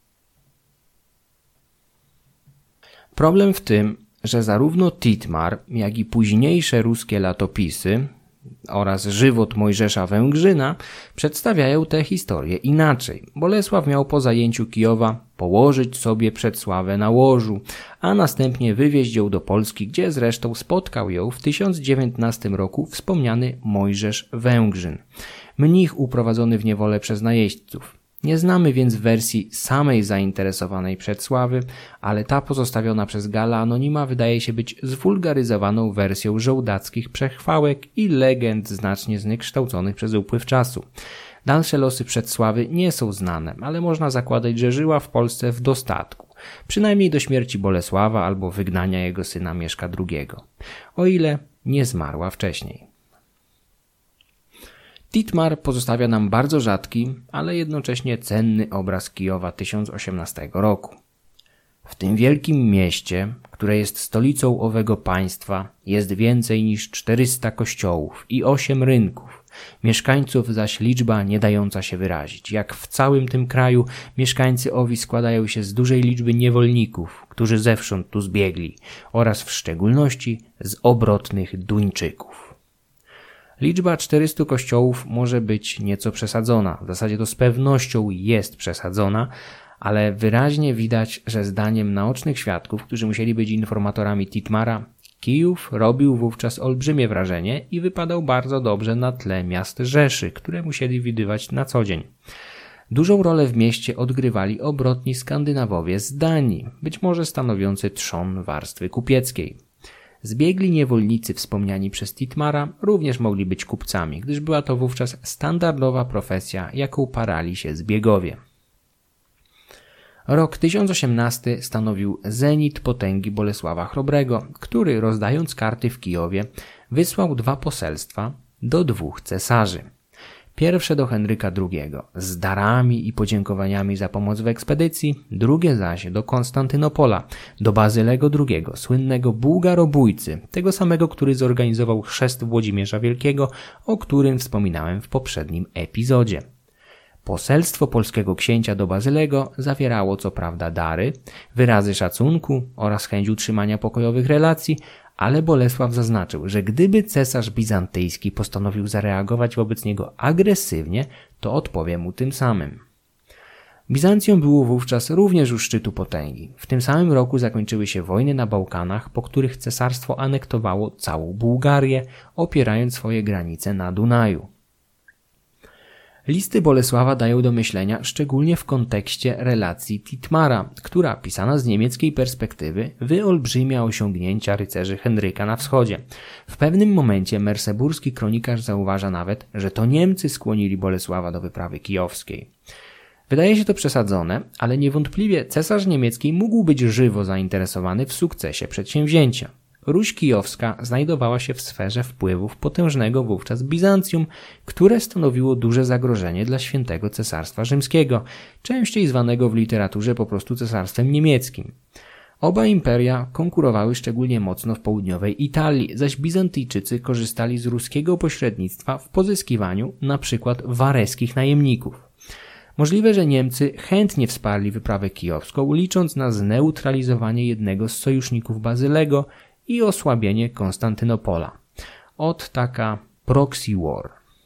Problem w tym, że zarówno Titmar, jak i późniejsze ruskie latopisy oraz żywot Mojżesza Węgrzyna przedstawiają tę historię inaczej. Bolesław miał po zajęciu Kijowa położyć sobie Przedsławę na łożu, a następnie wywieźć ją do Polski, gdzie zresztą spotkał ją w tysiąc dziewiętnastym roku wspomniany Mojżesz Węgrzyn, mnich uprowadzony w niewolę przez najeźdźców. Nie znamy więc wersji samej zainteresowanej Przedsławy, ale ta pozostawiona przez Galla Anonima wydaje się być zwulgaryzowaną wersją żołdackich przechwałek i legend znacznie zniekształconych przez upływ czasu. Dalsze losy Przedsławy nie są znane, ale można zakładać, że żyła w Polsce w dostatku, przynajmniej do śmierci Bolesława albo wygnania jego syna Mieszka drugiego, o ile nie zmarła wcześniej. Titmar pozostawia nam bardzo rzadki, ale jednocześnie cenny obraz Kijowa tysiąc osiemnastego roku. W tym wielkim mieście, które jest stolicą owego państwa, jest więcej niż czterysta kościołów i osiem rynków. Mieszkańców zaś liczba nie dająca się wyrazić. Jak w całym tym kraju, mieszkańcy owi składają się z dużej liczby niewolników, którzy zewsząd tu zbiegli, oraz w szczególności z obrotnych Duńczyków. Liczba czterystu kościołów może być nieco przesadzona, w zasadzie to z pewnością jest przesadzona, ale wyraźnie widać, że zdaniem naocznych świadków, którzy musieli być informatorami Titmara, Kijów robił wówczas olbrzymie wrażenie i wypadał bardzo dobrze na tle miast Rzeszy, które musieli widywać na co dzień. Dużą rolę w mieście odgrywali obrotni Skandynawowie z Danii, być może stanowiący trzon warstwy kupieckiej. Zbiegli niewolnicy wspomniani przez Titmara również mogli być kupcami, gdyż była to wówczas standardowa profesja, jaką parali się zbiegowie. Rok tysiąc osiemnasty stanowił zenit potęgi Bolesława Chrobrego, który, rozdając karty w Kijowie, wysłał dwa poselstwa do dwóch cesarzy. Pierwsze do Henryka drugiego z darami i podziękowaniami za pomoc w ekspedycji, drugie zaś do Konstantynopola, do Bazylego drugiego, słynnego Bułgarobójcy, tego samego, który zorganizował chrzest Włodzimierza Wielkiego, o którym wspominałem w poprzednim epizodzie. Poselstwo polskiego księcia do Bazylego zawierało co prawda dary, wyrazy szacunku oraz chęć utrzymania pokojowych relacji, ale Bolesław zaznaczył, że gdyby cesarz bizantyjski postanowił zareagować wobec niego agresywnie, to odpowie mu tym samym. Bizancjum było wówczas również u szczytu potęgi. W tym samym roku zakończyły się wojny na Bałkanach, po których cesarstwo anektowało całą Bułgarię, opierając swoje granice na Dunaju. Listy Bolesława dają do myślenia szczególnie w kontekście relacji Titmara, która, pisana z niemieckiej perspektywy, wyolbrzymia osiągnięcia rycerzy Henryka na wschodzie. W pewnym momencie merseburski kronikarz zauważa nawet, że to Niemcy skłonili Bolesława do wyprawy kijowskiej. Wydaje się to przesadzone, ale niewątpliwie cesarz niemiecki mógł być żywo zainteresowany w sukcesie przedsięwzięcia. Ruś Kijowska znajdowała się w sferze wpływów potężnego wówczas Bizancjum, które stanowiło duże zagrożenie dla świętego Cesarstwa Rzymskiego, częściej zwanego w literaturze po prostu Cesarstwem Niemieckim. Oba imperia konkurowały szczególnie mocno w południowej Italii, zaś Bizantyjczycy korzystali z ruskiego pośrednictwa w pozyskiwaniu np. wareskich najemników. Możliwe, że Niemcy chętnie wsparli wyprawę kijowską, licząc na zneutralizowanie jednego z sojuszników Bazylego i osłabienie Konstantynopola. Ot taka proxy war.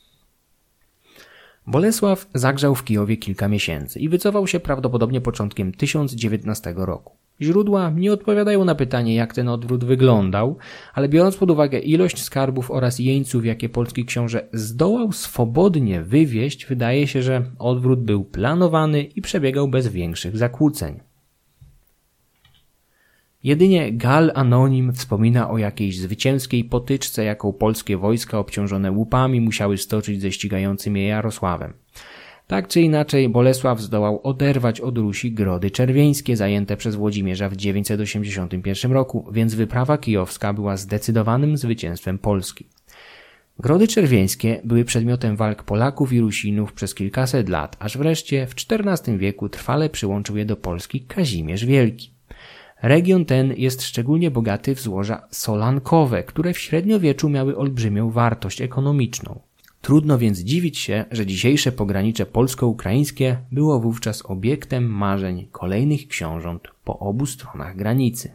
Bolesław zagrzał w Kijowie kilka miesięcy i wycofał się prawdopodobnie początkiem tysiąc dziewiętnastego roku. Źródła nie odpowiadają na pytanie, jak ten odwrót wyglądał, ale biorąc pod uwagę ilość skarbów oraz jeńców, jakie polski książę zdołał swobodnie wywieźć, wydaje się, że odwrót był planowany i przebiegał bez większych zakłóceń. Jedynie Gal Anonim wspomina o jakiejś zwycięskiej potyczce, jaką polskie wojska obciążone łupami musiały stoczyć ze ścigającym je Jarosławem. Tak czy inaczej Bolesław zdołał oderwać od Rusi Grody Czerwieńskie zajęte przez Włodzimierza w dziewięćset osiemdziesiątym pierwszym roku, więc wyprawa kijowska była zdecydowanym zwycięstwem Polski. Grody Czerwieńskie były przedmiotem walk Polaków i Rusinów przez kilkaset lat, aż wreszcie w czternastym wieku trwale przyłączył je do Polski Kazimierz Wielki. Region ten jest szczególnie bogaty w złoża solankowe, które w średniowieczu miały olbrzymią wartość ekonomiczną. Trudno więc dziwić się, że dzisiejsze pogranicze polsko-ukraińskie było wówczas obiektem marzeń kolejnych książąt po obu stronach granicy.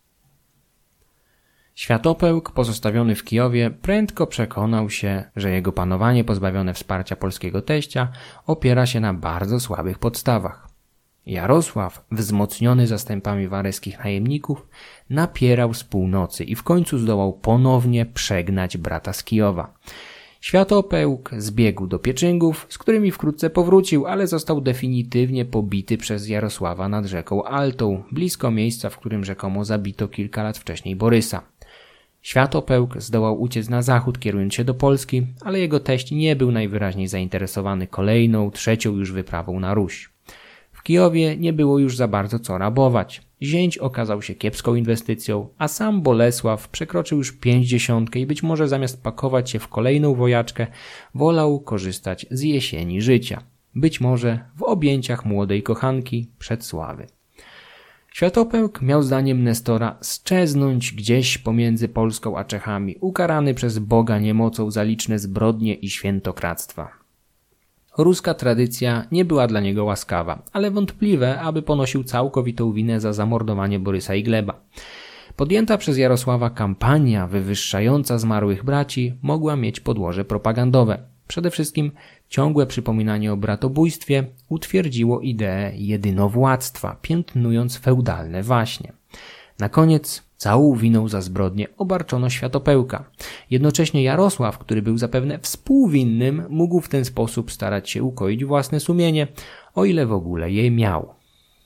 Światopełk pozostawiony w Kijowie prędko przekonał się, że jego panowanie pozbawione wsparcia polskiego teścia opiera się na bardzo słabych podstawach. Jarosław, wzmocniony zastępami wareskich najemników, napierał z północy i w końcu zdołał ponownie przegnać brata z Kijowa. Światopełk zbiegł do Pieczyngów, z którymi wkrótce powrócił, ale został definitywnie pobity przez Jarosława nad rzeką Altą, blisko miejsca, w którym rzekomo zabito kilka lat wcześniej Borysa. Światopełk zdołał uciec na zachód, kierując się do Polski, ale jego teść nie był najwyraźniej zainteresowany kolejną, trzecią już wyprawą na Ruś. W Kijowie nie było już za bardzo co rabować. Zięć okazał się kiepską inwestycją, a sam Bolesław przekroczył już pięćdziesiątkę i być może zamiast pakować się w kolejną wojaczkę, wolał korzystać z jesieni życia. Być może w objęciach młodej kochanki Przedsławy. Światopełk miał zdaniem Nestora szczeznąć gdzieś pomiędzy Polską a Czechami, ukarany przez Boga niemocą za liczne zbrodnie i świętokradztwa. Ruska tradycja nie była dla niego łaskawa, ale wątpliwe, aby ponosił całkowitą winę za zamordowanie Borysa i Gleba. Podjęta przez Jarosława kampania wywyższająca zmarłych braci mogła mieć podłoże propagandowe. Przede wszystkim ciągłe przypominanie o bratobójstwie utwierdziło ideę jedynowładztwa, piętnując feudalne waśnie. Na koniec całą winą za zbrodnię obarczono Światopełka. Jednocześnie Jarosław, który był zapewne współwinnym, mógł w ten sposób starać się ukoić własne sumienie, o ile w ogóle je miał.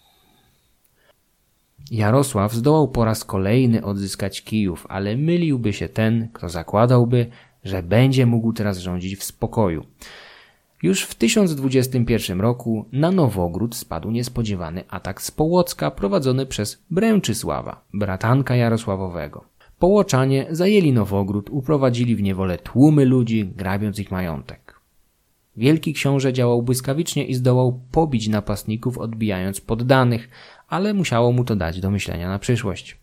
Jarosław zdołał po raz kolejny odzyskać Kijów, ale myliłby się ten, kto zakładałby, że będzie mógł teraz rządzić w spokoju. Już w tysiąc dwudziestym pierwszym roku na Nowogród spadł niespodziewany atak z Połocka prowadzony przez Bręczysława, bratanka Jarosławowego. Połoczanie zajęli Nowogród, uprowadzili w niewolę tłumy ludzi, grabiąc ich majątek. Wielki książę działał błyskawicznie i zdołał pobić napastników, odbijając poddanych, ale musiało mu to dać do myślenia na przyszłość.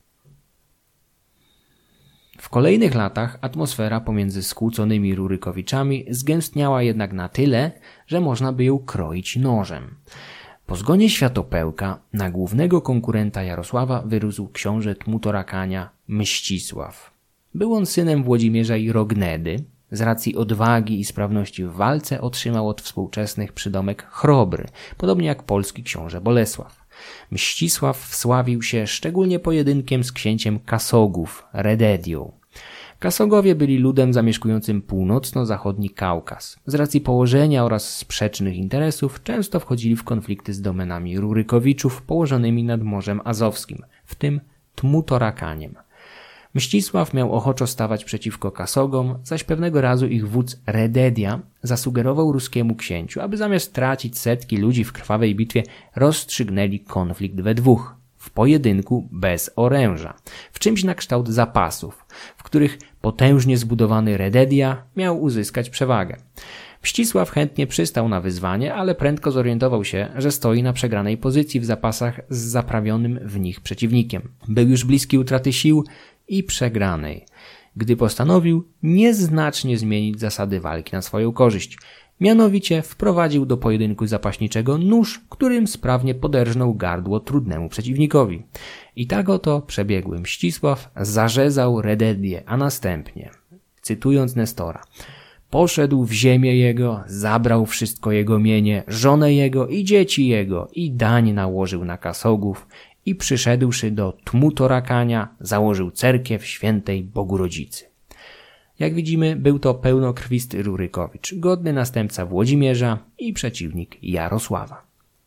W kolejnych latach atmosfera pomiędzy skłóconymi Rurykowiczami zgęstniała jednak na tyle, że można by ją kroić nożem. Po zgonie Światopełka na głównego konkurenta Jarosława wyrósł książę Tmutorakania Mścisław. Był on synem Włodzimierza i Rognedy. Z racji odwagi i sprawności w walce otrzymał od współczesnych przydomek Chrobry, podobnie jak polski książę Bolesław. Mścisław wsławił się szczególnie pojedynkiem z księciem Kasogów, Rededią. Kasogowie byli ludem zamieszkującym północno-zachodni Kaukaz. Z racji położenia oraz sprzecznych interesów często wchodzili w konflikty z domenami Rurykowiczów położonymi nad Morzem Azowskim, w tym Tmutorakaniem. Mścisław miał ochoczo stawać przeciwko Kasogom, zaś pewnego razu ich wódz Rededia zasugerował ruskiemu księciu, aby zamiast tracić setki ludzi w krwawej bitwie, rozstrzygnęli konflikt we dwóch. w pojedynku bez oręża, w czymś na kształt zapasów, w których potężnie zbudowany Rededia miał uzyskać przewagę. Mścisław chętnie przystał na wyzwanie, ale prędko zorientował się, że stoi na przegranej pozycji w zapasach z zaprawionym w nich przeciwnikiem. Był już bliski utraty sił i przegranej, gdy postanowił nieznacznie zmienić zasady walki na swoją korzyść. Mianowicie wprowadził do pojedynku zapaśniczego nóż, którym sprawnie poderżnął gardło trudnemu przeciwnikowi. I tak oto przebiegły Mścisław zarzezał Rededię, a następnie, cytując Nestora, poszedł w ziemię jego, zabrał wszystko jego mienie, żonę jego i dzieci jego i dań nałożył na kasogów i przyszedłszy do Tmutorakania założył cerkiew świętej Bogurodzicy. Jak widzimy, był to pełnokrwisty Rurykowicz, godny następca Włodzimierza i przeciwnik Jarosława.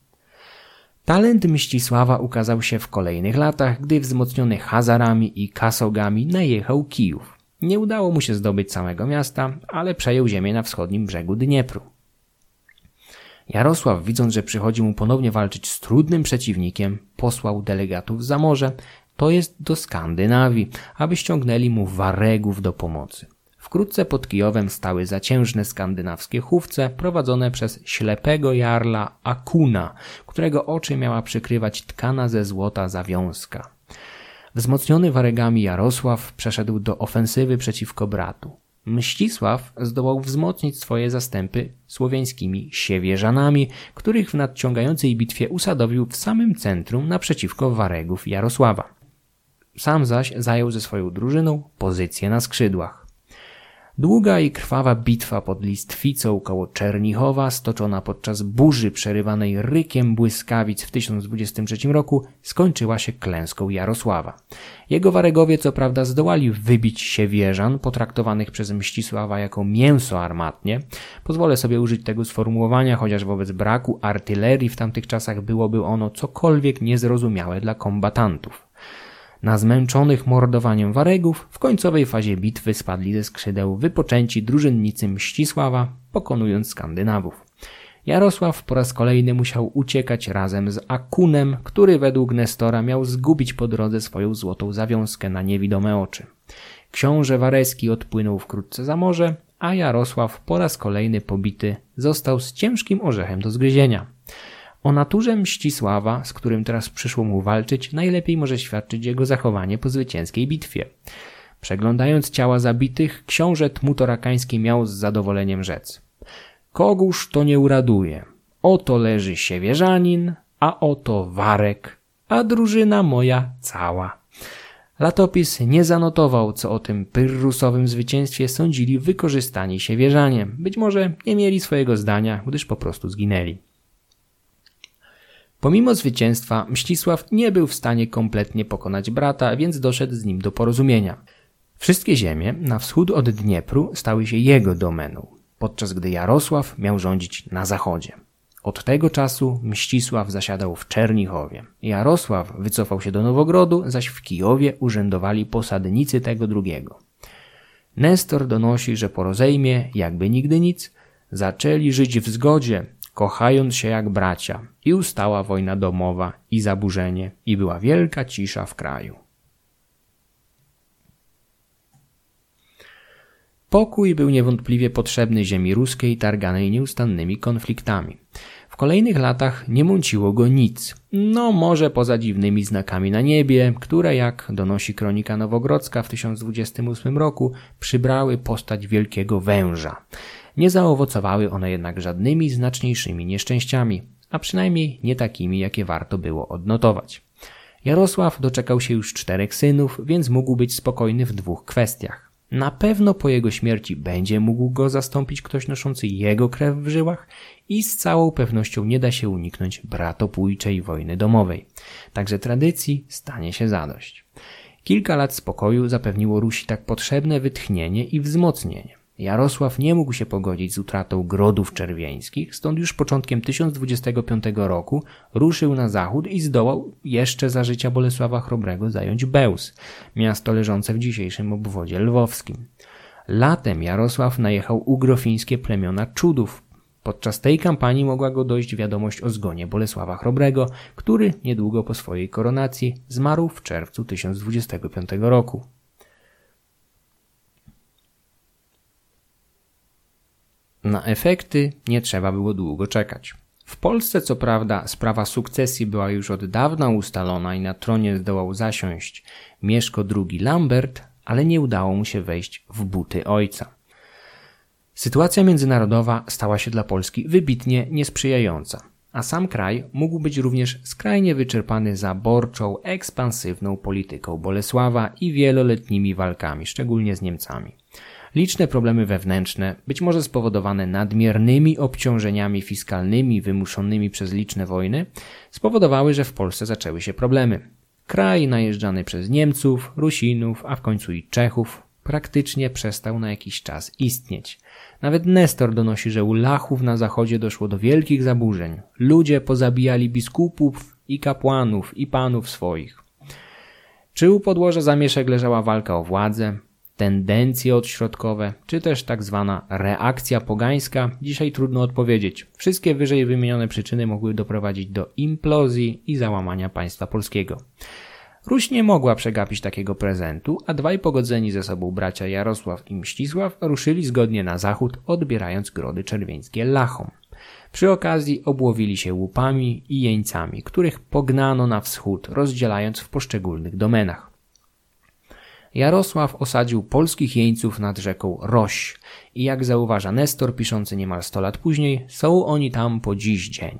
Talent Mścisława ukazał się w kolejnych latach, gdy wzmocniony Hazarami i Kasogami najechał Kijów. Nie udało mu się zdobyć całego miasta, ale przejął ziemię na wschodnim brzegu Dniepru. Jarosław, widząc, że przychodzi mu ponownie walczyć z trudnym przeciwnikiem, posłał delegatów za morze, to jest do Skandynawii, aby ściągnęli mu Waregów do pomocy. Wkrótce pod Kijowem stały zaciężne skandynawskie chówce prowadzone przez ślepego jarla Akuna, którego oczy miała przykrywać tkana ze złota zawiązka. Wzmocniony Waregami Jarosław przeszedł do ofensywy przeciwko bratu. Mścisław zdołał wzmocnić swoje zastępy słowiańskimi siewierzanami, których w nadciągającej bitwie usadowił w samym centrum naprzeciwko Waregów Jarosława. Sam zaś zajął ze swoją drużyną pozycję na skrzydłach. Długa i krwawa bitwa pod Listwicą koło Czernichowa, stoczona podczas burzy przerywanej rykiem błyskawic w tysiąc dwudziestym trzecim roku, skończyła się klęską Jarosława. Jego Waregowie co prawda zdołali wybić siewierzan, potraktowanych przez Mścisława jako mięso armatnie. Pozwolę sobie użyć tego sformułowania, chociaż wobec braku artylerii w tamtych czasach byłoby ono cokolwiek niezrozumiałe dla kombatantów. Na zmęczonych mordowaniem Waregów w końcowej fazie bitwy spadli ze skrzydeł wypoczęci drużynnicy Mścisława, pokonując Skandynawów. Jarosław po raz kolejny musiał uciekać razem z Akunem, który według Nestora miał zgubić po drodze swoją złotą zawiązkę na niewidome oczy. Książę Wareski odpłynął wkrótce za morze, a Jarosław po raz kolejny pobity został z ciężkim orzechem do zgryzienia. O naturze Mścisława, z którym teraz przyszło mu walczyć, najlepiej może świadczyć jego zachowanie po zwycięskiej bitwie. Przeglądając ciała zabitych, książę Tmutorakański miał z zadowoleniem rzec: kogóż to nie uraduje? Oto leży siewierzanin, a oto Warek, a drużyna moja cała. Latopis nie zanotował, co o tym pyrrhusowym zwycięstwie sądzili wykorzystani siewierzanie. Być może nie mieli swojego zdania, gdyż po prostu zginęli. Pomimo zwycięstwa Mścisław nie był w stanie kompletnie pokonać brata, więc doszedł z nim do porozumienia. Wszystkie ziemie na wschód od Dniepru stały się jego domeną, podczas gdy Jarosław miał rządzić na zachodzie. Od tego czasu Mścisław zasiadał w Czernichowie. Jarosław wycofał się do Nowogrodu, zaś w Kijowie urzędowali posadnicy tego drugiego. Nestor donosi, że po rozejmie, jakby nigdy nic, zaczęli żyć w zgodzie, kochając się jak bracia, i ustała wojna domowa i zaburzenie, i była wielka cisza w kraju. Pokój był niewątpliwie potrzebny ziemi ruskiej targanej nieustannymi konfliktami. W kolejnych latach nie mąciło go nic, no może poza dziwnymi znakami na niebie, które, jak donosi kronika nowogrodzka w tysiąc dwudziestym ósmym roku, przybrały postać wielkiego węża. Nie zaowocowały one jednak żadnymi znaczniejszymi nieszczęściami, a przynajmniej nie takimi, jakie warto było odnotować. Jarosław doczekał się już czterech synów, więc mógł być spokojny w dwóch kwestiach. Na pewno po jego śmierci będzie mógł go zastąpić ktoś noszący jego krew w żyłach i z całą pewnością nie da się uniknąć bratobójczej wojny domowej. Także tradycji stanie się zadość. Kilka lat spokoju zapewniło Rusi tak potrzebne wytchnienie i wzmocnienie. Jarosław nie mógł się pogodzić z utratą Grodów Czerwieńskich, stąd już początkiem tysiąc dwudziestego piątego roku ruszył na zachód i zdołał jeszcze za życia Bolesława Chrobrego zająć Bełz, miasto leżące w dzisiejszym obwodzie lwowskim. Latem Jarosław najechał ugrofińskie plemiona Czudów, Podczas tej kampanii mogła go dojść wiadomość o zgonie Bolesława Chrobrego, który niedługo po swojej koronacji zmarł w czerwcu tysiąc dwudziestego piątego roku. Na efekty nie trzeba było długo czekać. W Polsce co prawda sprawa sukcesji była już od dawna ustalona i na tronie zdołał zasiąść Mieszko drugi Lambert, ale nie udało mu się wejść w buty ojca. Sytuacja międzynarodowa stała się dla Polski wybitnie niesprzyjająca, a sam kraj mógł być również skrajnie wyczerpany zaborczą, ekspansywną polityką Bolesława i wieloletnimi walkami, szczególnie z Niemcami. Liczne problemy wewnętrzne, być może spowodowane nadmiernymi obciążeniami fiskalnymi wymuszonymi przez liczne wojny, spowodowały, że w Polsce zaczęły się problemy. Kraj najeżdżany przez Niemców, Rusinów, a w końcu i Czechów praktycznie przestał na jakiś czas istnieć. Nawet Nestor donosi, że u Lachów na zachodzie doszło do wielkich zaburzeń. Ludzie pozabijali biskupów i kapłanów i panów swoich. Czy u podłoża zamieszek leżała walka o władzę, tendencje odśrodkowe, czy też tak zwana reakcja pogańska, dzisiaj trudno odpowiedzieć. Wszystkie wyżej wymienione przyczyny mogły doprowadzić do implozji i załamania państwa polskiego. Ruś nie mogła przegapić takiego prezentu, a dwaj pogodzeni ze sobą bracia Jarosław i Mścisław ruszyli zgodnie na zachód, odbierając grody czerwieńskie Lachom. Przy okazji obłowili się łupami i jeńcami, których pognano na wschód, rozdzielając w poszczególnych domenach. Jarosław osadził polskich jeńców nad rzeką Roś i jak zauważa Nestor, piszący niemal sto lat później, są oni tam po dziś dzień.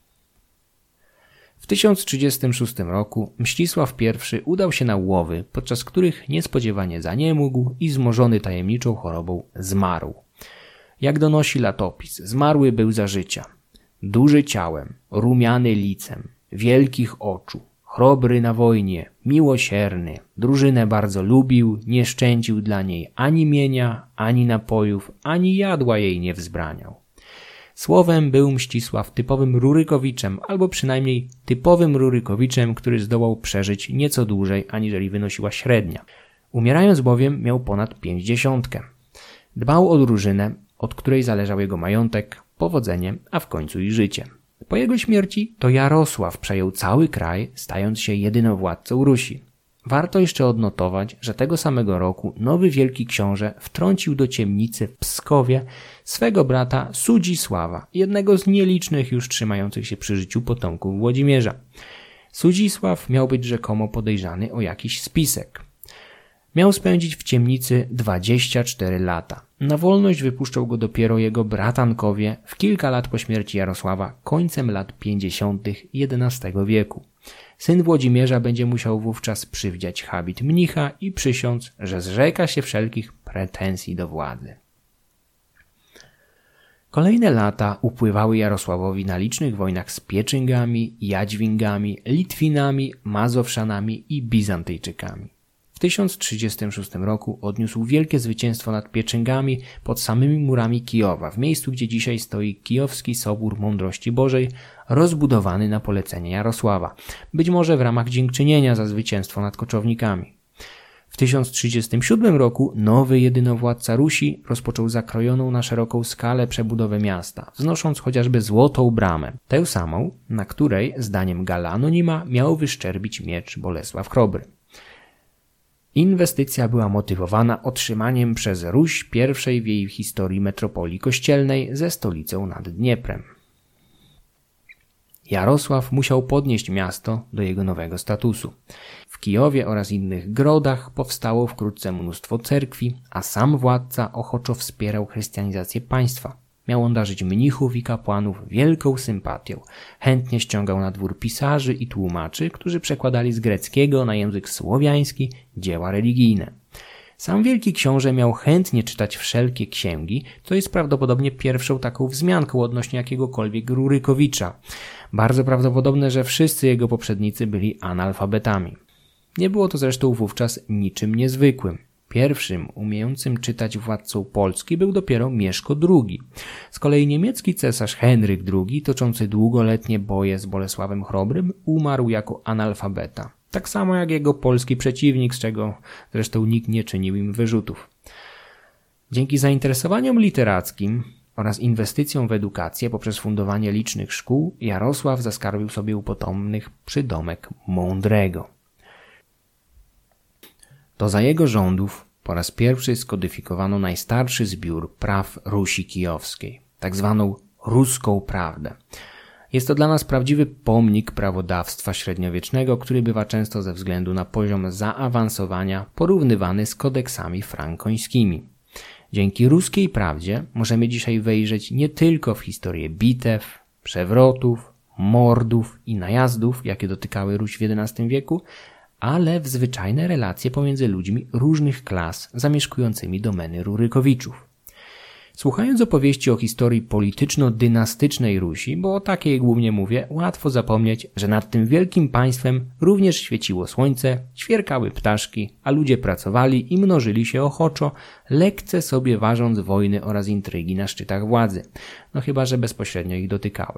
W tysiąc trzydziestym szóstym roku Mścisław I udał się na łowy, podczas których niespodziewanie zaniemógł i zmorzony tajemniczą chorobą zmarł. Jak donosi latopis, zmarły był za życia. Duży ciałem, rumiany licem, wielkich oczu, chrobry na wojnie, miłosierny, drużynę bardzo lubił, nie szczędził dla niej ani mienia, ani napojów, ani jadła jej nie wzbraniał. Słowem był Mścisław typowym Rurykowiczem, albo przynajmniej typowym Rurykowiczem, który zdołał przeżyć nieco dłużej, aniżeli wynosiła średnia. Umierając bowiem miał ponad pięćdziesiątkę. Dbał o drużynę, od której zależał jego majątek, powodzenie, a w końcu i życie. Po jego śmierci to Jarosław przejął cały kraj, stając się jedynowładcą Rusi. Warto jeszcze odnotować, że tego samego roku nowy wielki książę wtrącił do ciemnicy w Pskowie swego brata Sudzisława, jednego z nielicznych już trzymających się przy życiu potomków Włodzimierza. Sudzisław miał być rzekomo podejrzany o jakiś spisek. Miał spędzić w ciemnicy dwadzieścia cztery lata. Na wolność wypuszczał go dopiero jego bratankowie w kilka lat po śmierci Jarosława, końcem lat pięćdziesiątych jedenastego wieku. Syn Włodzimierza będzie musiał wówczas przywdziać habit mnicha i przysiąc, że zrzeka się wszelkich pretensji do władzy. Kolejne lata upływały Jarosławowi na licznych wojnach z Pieczyngami, Jadźwingami, Litwinami, Mazowszanami i Bizantyjczykami. W tysiąc trzydziestym szóstym roku odniósł wielkie zwycięstwo nad Pieczyngami pod samymi murami Kijowa, w miejscu, gdzie dzisiaj stoi Kijowski Sobór Mądrości Bożej, rozbudowany na polecenie Jarosława, być może w ramach dziękczynienia za zwycięstwo nad koczownikami. W tysiąc trzydziestym siódmym roku nowy jedynowładca Rusi rozpoczął zakrojoną na szeroką skalę przebudowę miasta, wznosząc chociażby Złotą Bramę, tę samą, na której, zdaniem Galla Anonima, miał wyszczerbić miecz Bolesław Chrobry. Inwestycja była motywowana otrzymaniem przez Ruś pierwszej w jej historii metropolii kościelnej ze stolicą nad Dnieprem. Jarosław musiał podnieść miasto do jego nowego statusu. W Kijowie oraz innych grodach powstało wkrótce mnóstwo cerkwi, a sam władca ochoczo wspierał chrystianizację państwa. Miał on darzyć mnichów i kapłanów wielką sympatią. Chętnie ściągał na dwór pisarzy i tłumaczy, którzy przekładali z greckiego na język słowiański dzieła religijne. Sam wielki książę miał chętnie czytać wszelkie księgi, co jest prawdopodobnie pierwszą taką wzmianką odnośnie jakiegokolwiek Rurykowicza. Bardzo prawdopodobne, że wszyscy jego poprzednicy byli analfabetami. Nie było to zresztą wówczas niczym niezwykłym. Pierwszym umiejącym czytać władcą Polski był dopiero Mieszko drugi. Z kolei niemiecki cesarz Henryk drugi, toczący długoletnie boje z Bolesławem Chrobrym, umarł jako analfabeta. Tak samo jak jego polski przeciwnik, z czego zresztą nikt nie czynił im wyrzutów. Dzięki zainteresowaniom literackim oraz inwestycją w edukację poprzez fundowanie licznych szkół Jarosław zaskarbił sobie u potomnych przydomek mądrego. To za jego rządów po raz pierwszy skodyfikowano najstarszy zbiór praw Rusi Kijowskiej, tak zwaną ruską prawdę. Jest to dla nas prawdziwy pomnik prawodawstwa średniowiecznego, który bywa często ze względu na poziom zaawansowania porównywany z kodeksami frankońskimi. Dzięki ruskiej prawdzie możemy dzisiaj wejrzeć nie tylko w historię bitew, przewrotów, mordów i najazdów, jakie dotykały Ruś w jedenastym wieku, ale w zwyczajne relacje pomiędzy ludźmi różnych klas zamieszkującymi domeny Rurykowiczów. Słuchając opowieści o historii polityczno-dynastycznej Rusi, bo o takiej głównie mówię, łatwo zapomnieć, że nad tym wielkim państwem również świeciło słońce, ćwierkały ptaszki, a ludzie pracowali i mnożyli się ochoczo, lekce sobie ważąc wojny oraz intrygi na szczytach władzy, no chyba że bezpośrednio ich dotykały.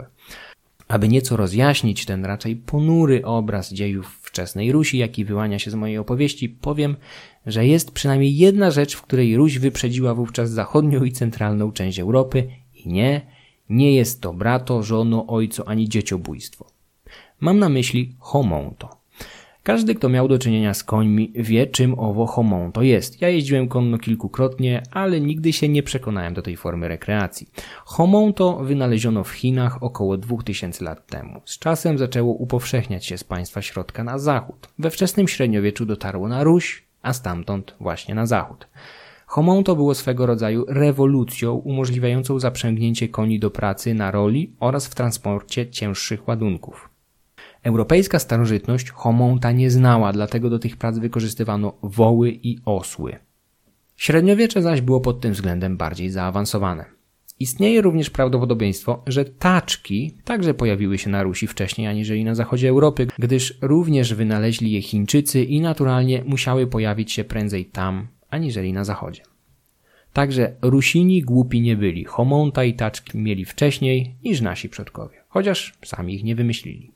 Aby nieco rozjaśnić ten raczej ponury obraz dziejów wczesnej Rusi, jaki wyłania się z mojej opowieści, powiem, że jest przynajmniej jedna rzecz, w której Ruś wyprzedziła wówczas zachodnią i centralną część Europy i nie, nie jest to brato, żono, ojco ani dzieciobójstwo. Mam na myśli homonto. Każdy, kto miał do czynienia z końmi, wie, czym owo homonto jest. Ja jeździłem konno kilkukrotnie, ale nigdy się nie przekonałem do tej formy rekreacji. Homonto wynaleziono w Chinach około dwóch tysięcy lat temu. Z czasem zaczęło upowszechniać się z państwa środka na zachód. We wczesnym średniowieczu dotarło na Ruś, a stamtąd właśnie na zachód. Homonto było swego rodzaju rewolucją umożliwiającą zaprzęgnięcie koni do pracy na roli oraz w transporcie cięższych ładunków. Europejska starożytność homonta nie znała, dlatego do tych prac wykorzystywano woły i osły. Średniowiecze zaś było pod tym względem bardziej zaawansowane. Istnieje również prawdopodobieństwo, że taczki także pojawiły się na Rusi wcześniej aniżeli na zachodzie Europy, gdyż również wynaleźli je Chińczycy i naturalnie musiały pojawić się prędzej tam aniżeli na zachodzie. Także Rusini głupi nie byli, homonta i taczki mieli wcześniej niż nasi przodkowie, chociaż sami ich nie wymyślili.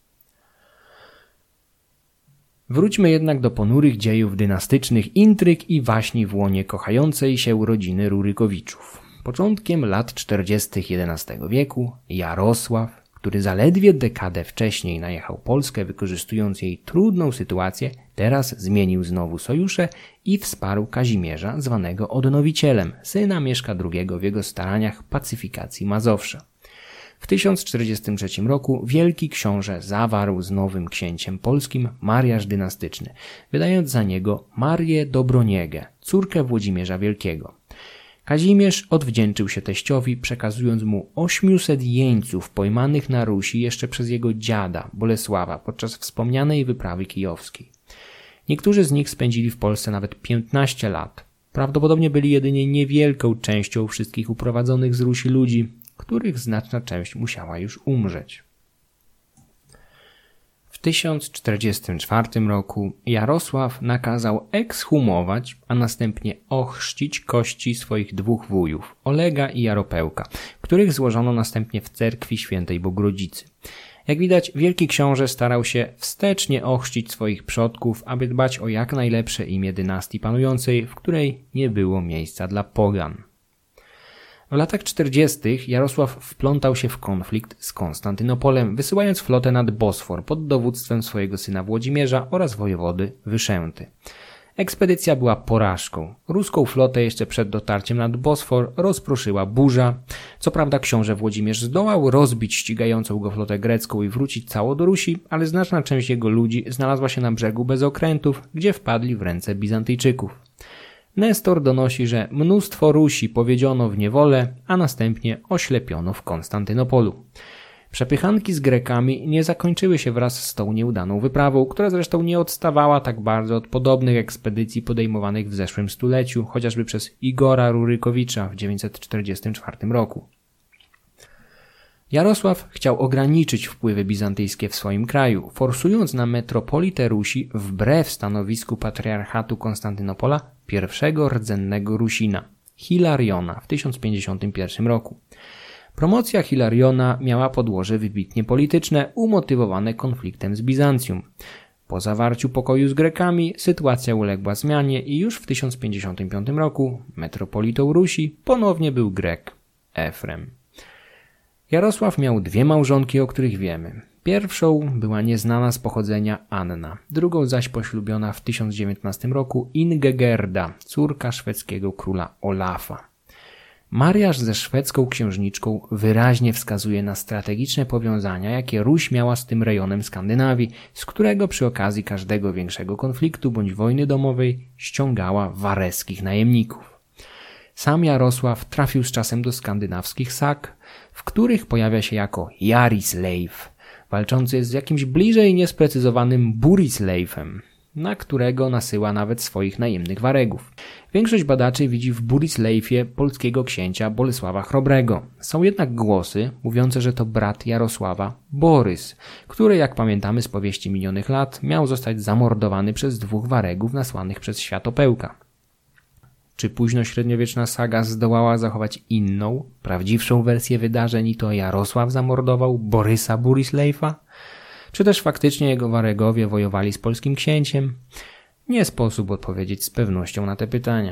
Wróćmy jednak do ponurych dziejów dynastycznych, intryg i waśni w łonie kochającej się rodziny Rurykowiczów. Początkiem lat czterdziestych jedenastego wieku Jarosław, który zaledwie dekadę wcześniej najechał Polskę, wykorzystując jej trudną sytuację, teraz zmienił znowu sojusze i wsparł Kazimierza, zwanego Odnowicielem, syna Mieszka drugiego w jego staraniach pacyfikacji Mazowsza. W tysiąc czterdziestym trzecim roku wielki książę zawarł z nowym księciem polskim mariaż dynastyczny, wydając za niego Marię Dobroniegę, córkę Włodzimierza Wielkiego. Kazimierz odwdzięczył się teściowi, przekazując mu ośmiuset jeńców pojmanych na Rusi jeszcze przez jego dziada Bolesława podczas wspomnianej wyprawy kijowskiej. Niektórzy z nich spędzili w Polsce nawet piętnaście lat. Prawdopodobnie byli jedynie niewielką częścią wszystkich uprowadzonych z Rusi ludzi, których znaczna część musiała już umrzeć. W tysiąc czterdziestym czwartym roku Jarosław nakazał ekshumować, a następnie ochrzcić kości swoich dwóch wujów, Olega i Jaropełka, których złożono następnie w cerkwi świętej Bogrodzicy. Jak widać, wielki książę starał się wstecznie ochrzcić swoich przodków, aby dbać o jak najlepsze imię dynastii panującej, w której nie było miejsca dla pogan. W latach czterdziestych Jarosław wplątał się w konflikt z Konstantynopolem, wysyłając flotę nad Bosfor pod dowództwem swojego syna Włodzimierza oraz wojewody Wyszęty. Ekspedycja była porażką. Ruską flotę jeszcze przed dotarciem nad Bosfor rozproszyła burza. Co prawda książę Włodzimierz zdołał rozbić ścigającą go flotę grecką i wrócić cało do Rusi, ale znaczna część jego ludzi znalazła się na brzegu bez okrętów, gdzie wpadli w ręce Bizantyjczyków. Nestor donosi, że mnóstwo Rusi powiedziono w niewolę, a następnie oślepiono w Konstantynopolu. Przepychanki z Grekami nie zakończyły się wraz z tą nieudaną wyprawą, która zresztą nie odstawała tak bardzo od podobnych ekspedycji podejmowanych w zeszłym stuleciu, chociażby przez Igora Rurykowicza w dziewięćset czterdziestym czwartym roku. Jarosław chciał ograniczyć wpływy bizantyjskie w swoim kraju, forsując na metropolitę Rusi wbrew stanowisku patriarchatu Konstantynopola pierwszego rdzennego Rusina, Hilariona w tysiąc pięćdziesiątym pierwszym roku. Promocja Hilariona miała podłoże wybitnie polityczne, umotywowane konfliktem z Bizancjum. Po zawarciu pokoju z Grekami sytuacja uległa zmianie i już w tysiąc pięćdziesiątym piątym roku metropolitą Rusi ponownie był Grek, Efrem. Jarosław miał dwie małżonki, o których wiemy. Pierwszą była nieznana z pochodzenia Anna, drugą zaś poślubiona w tysiąc dziewiętnastym roku Ingegerda, córka szwedzkiego króla Olafa. Mariaż ze szwedzką księżniczką wyraźnie wskazuje na strategiczne powiązania, jakie Ruś miała z tym rejonem Skandynawii, z którego przy okazji każdego większego konfliktu bądź wojny domowej ściągała wareskich najemników. Sam Jarosław trafił z czasem do skandynawskich sag, w których pojawia się jako Jarisleif, walczący z jakimś bliżej niesprecyzowanym Burisleifem, na którego nasyła nawet swoich najemnych waregów. Większość badaczy widzi w Burisleifie polskiego księcia Bolesława Chrobrego. Są jednak głosy mówiące, że to brat Jarosława, Borys, który, jak pamiętamy z powieści minionych lat, miał zostać zamordowany przez dwóch waregów nasłanych przez Światopełka. Czy późnośredniowieczna saga zdołała zachować inną, prawdziwszą wersję wydarzeń i to Jarosław zamordował Borysa Burisleifa? Czy też faktycznie jego waregowie wojowali z polskim księciem? Nie sposób odpowiedzieć z pewnością na te pytania.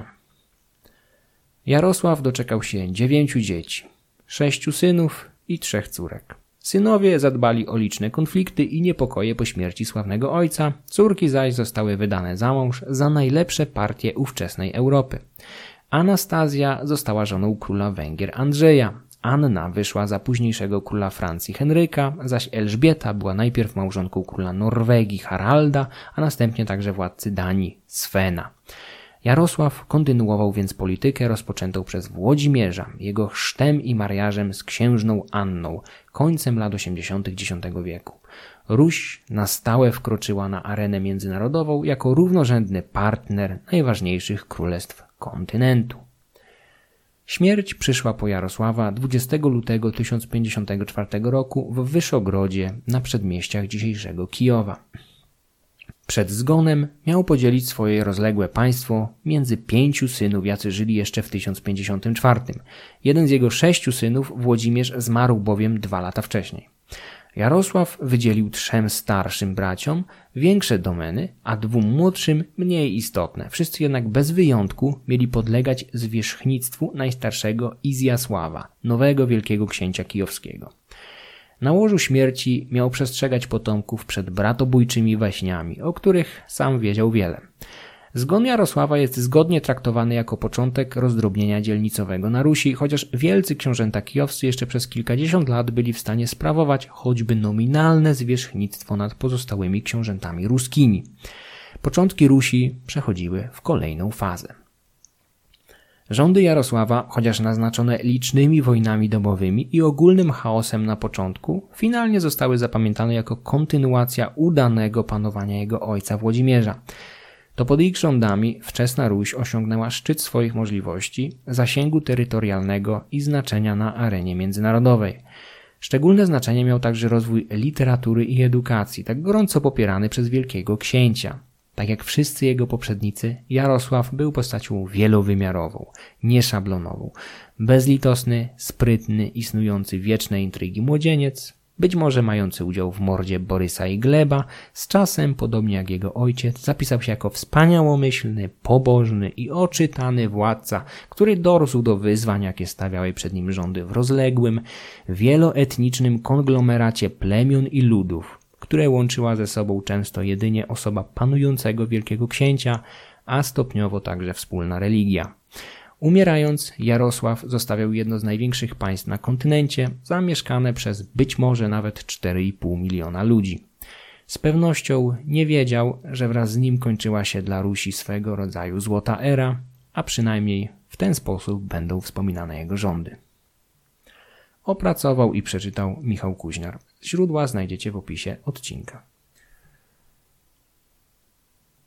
Jarosław doczekał się dziewięciu dzieci, sześciu synów i trzech córek. Synowie zadbali o liczne konflikty i niepokoje po śmierci sławnego ojca, córki zaś zostały wydane za mąż za najlepsze partie ówczesnej Europy. Anastazja została żoną króla Węgier Andrzeja, Anna wyszła za późniejszego króla Francji Henryka, zaś Elżbieta była najpierw małżonką króla Norwegii Haralda, a następnie także władcy Danii Svena. Jarosław kontynuował więc politykę rozpoczętą przez Włodzimierza, jego chrztem i mariażem z księżną Anną, końcem lat osiemdziesiątych dziesiątego wieku. Ruś na stałe wkroczyła na arenę międzynarodową jako równorzędny partner najważniejszych królestw kontynentu. Śmierć przyszła po Jarosława dwudziestego lutego tysiąc pięćdziesiątego czwartego roku w Wyszogrodzie na przedmieściach dzisiejszego Kijowa. Przed zgonem miał podzielić swoje rozległe państwo między pięciu synów, jacy żyli jeszcze w tysiąc pięćdziesiątym czwartym. Jeden z jego sześciu synów, Włodzimierz, zmarł bowiem dwa lata wcześniej. Jarosław wydzielił trzem starszym braciom większe domeny, a dwóm młodszym mniej istotne. Wszyscy jednak bez wyjątku mieli podlegać zwierzchnictwu najstarszego Izjasława, nowego wielkiego księcia kijowskiego. Na łożu śmierci miał przestrzegać potomków przed bratobójczymi waśniami, o których sam wiedział wiele. Zgon Jarosława jest zgodnie traktowany jako początek rozdrobnienia dzielnicowego na Rusi, chociaż wielcy książęta kijowscy jeszcze przez kilkadziesiąt lat byli w stanie sprawować choćby nominalne zwierzchnictwo nad pozostałymi książętami ruskimi. Początki Rusi przechodziły w kolejną fazę. Rządy Jarosława, chociaż naznaczone licznymi wojnami domowymi i ogólnym chaosem na początku, finalnie zostały zapamiętane jako kontynuacja udanego panowania jego ojca Włodzimierza. To pod ich rządami wczesna Ruś osiągnęła szczyt swoich możliwości, zasięgu terytorialnego i znaczenia na arenie międzynarodowej. Szczególne znaczenie miał także rozwój literatury i edukacji, tak gorąco popierany przez wielkiego księcia. Tak jak wszyscy jego poprzednicy, Jarosław był postacią wielowymiarową, nieszablonową. Bezlitosny, sprytny i snujący wieczne intrygi młodzieniec, być może mający udział w mordzie Borysa i Gleba, z czasem, podobnie jak jego ojciec, zapisał się jako wspaniałomyślny, pobożny i oczytany władca, który dorósł do wyzwań, jakie stawiały przed nim rządy w rozległym, wieloetnicznym konglomeracie plemion i ludów, które łączyła ze sobą często jedynie osoba panującego wielkiego księcia, a stopniowo także wspólna religia. Umierając, Jarosław zostawiał jedno z największych państw na kontynencie, zamieszkane przez być może nawet cztery i pół miliona ludzi. Z pewnością nie wiedział, że wraz z nim kończyła się dla Rusi swego rodzaju złota era, a przynajmniej w ten sposób będą wspominane jego rządy. Opracował i przeczytał Michał Kuźniar. Źródła znajdziecie w opisie odcinka.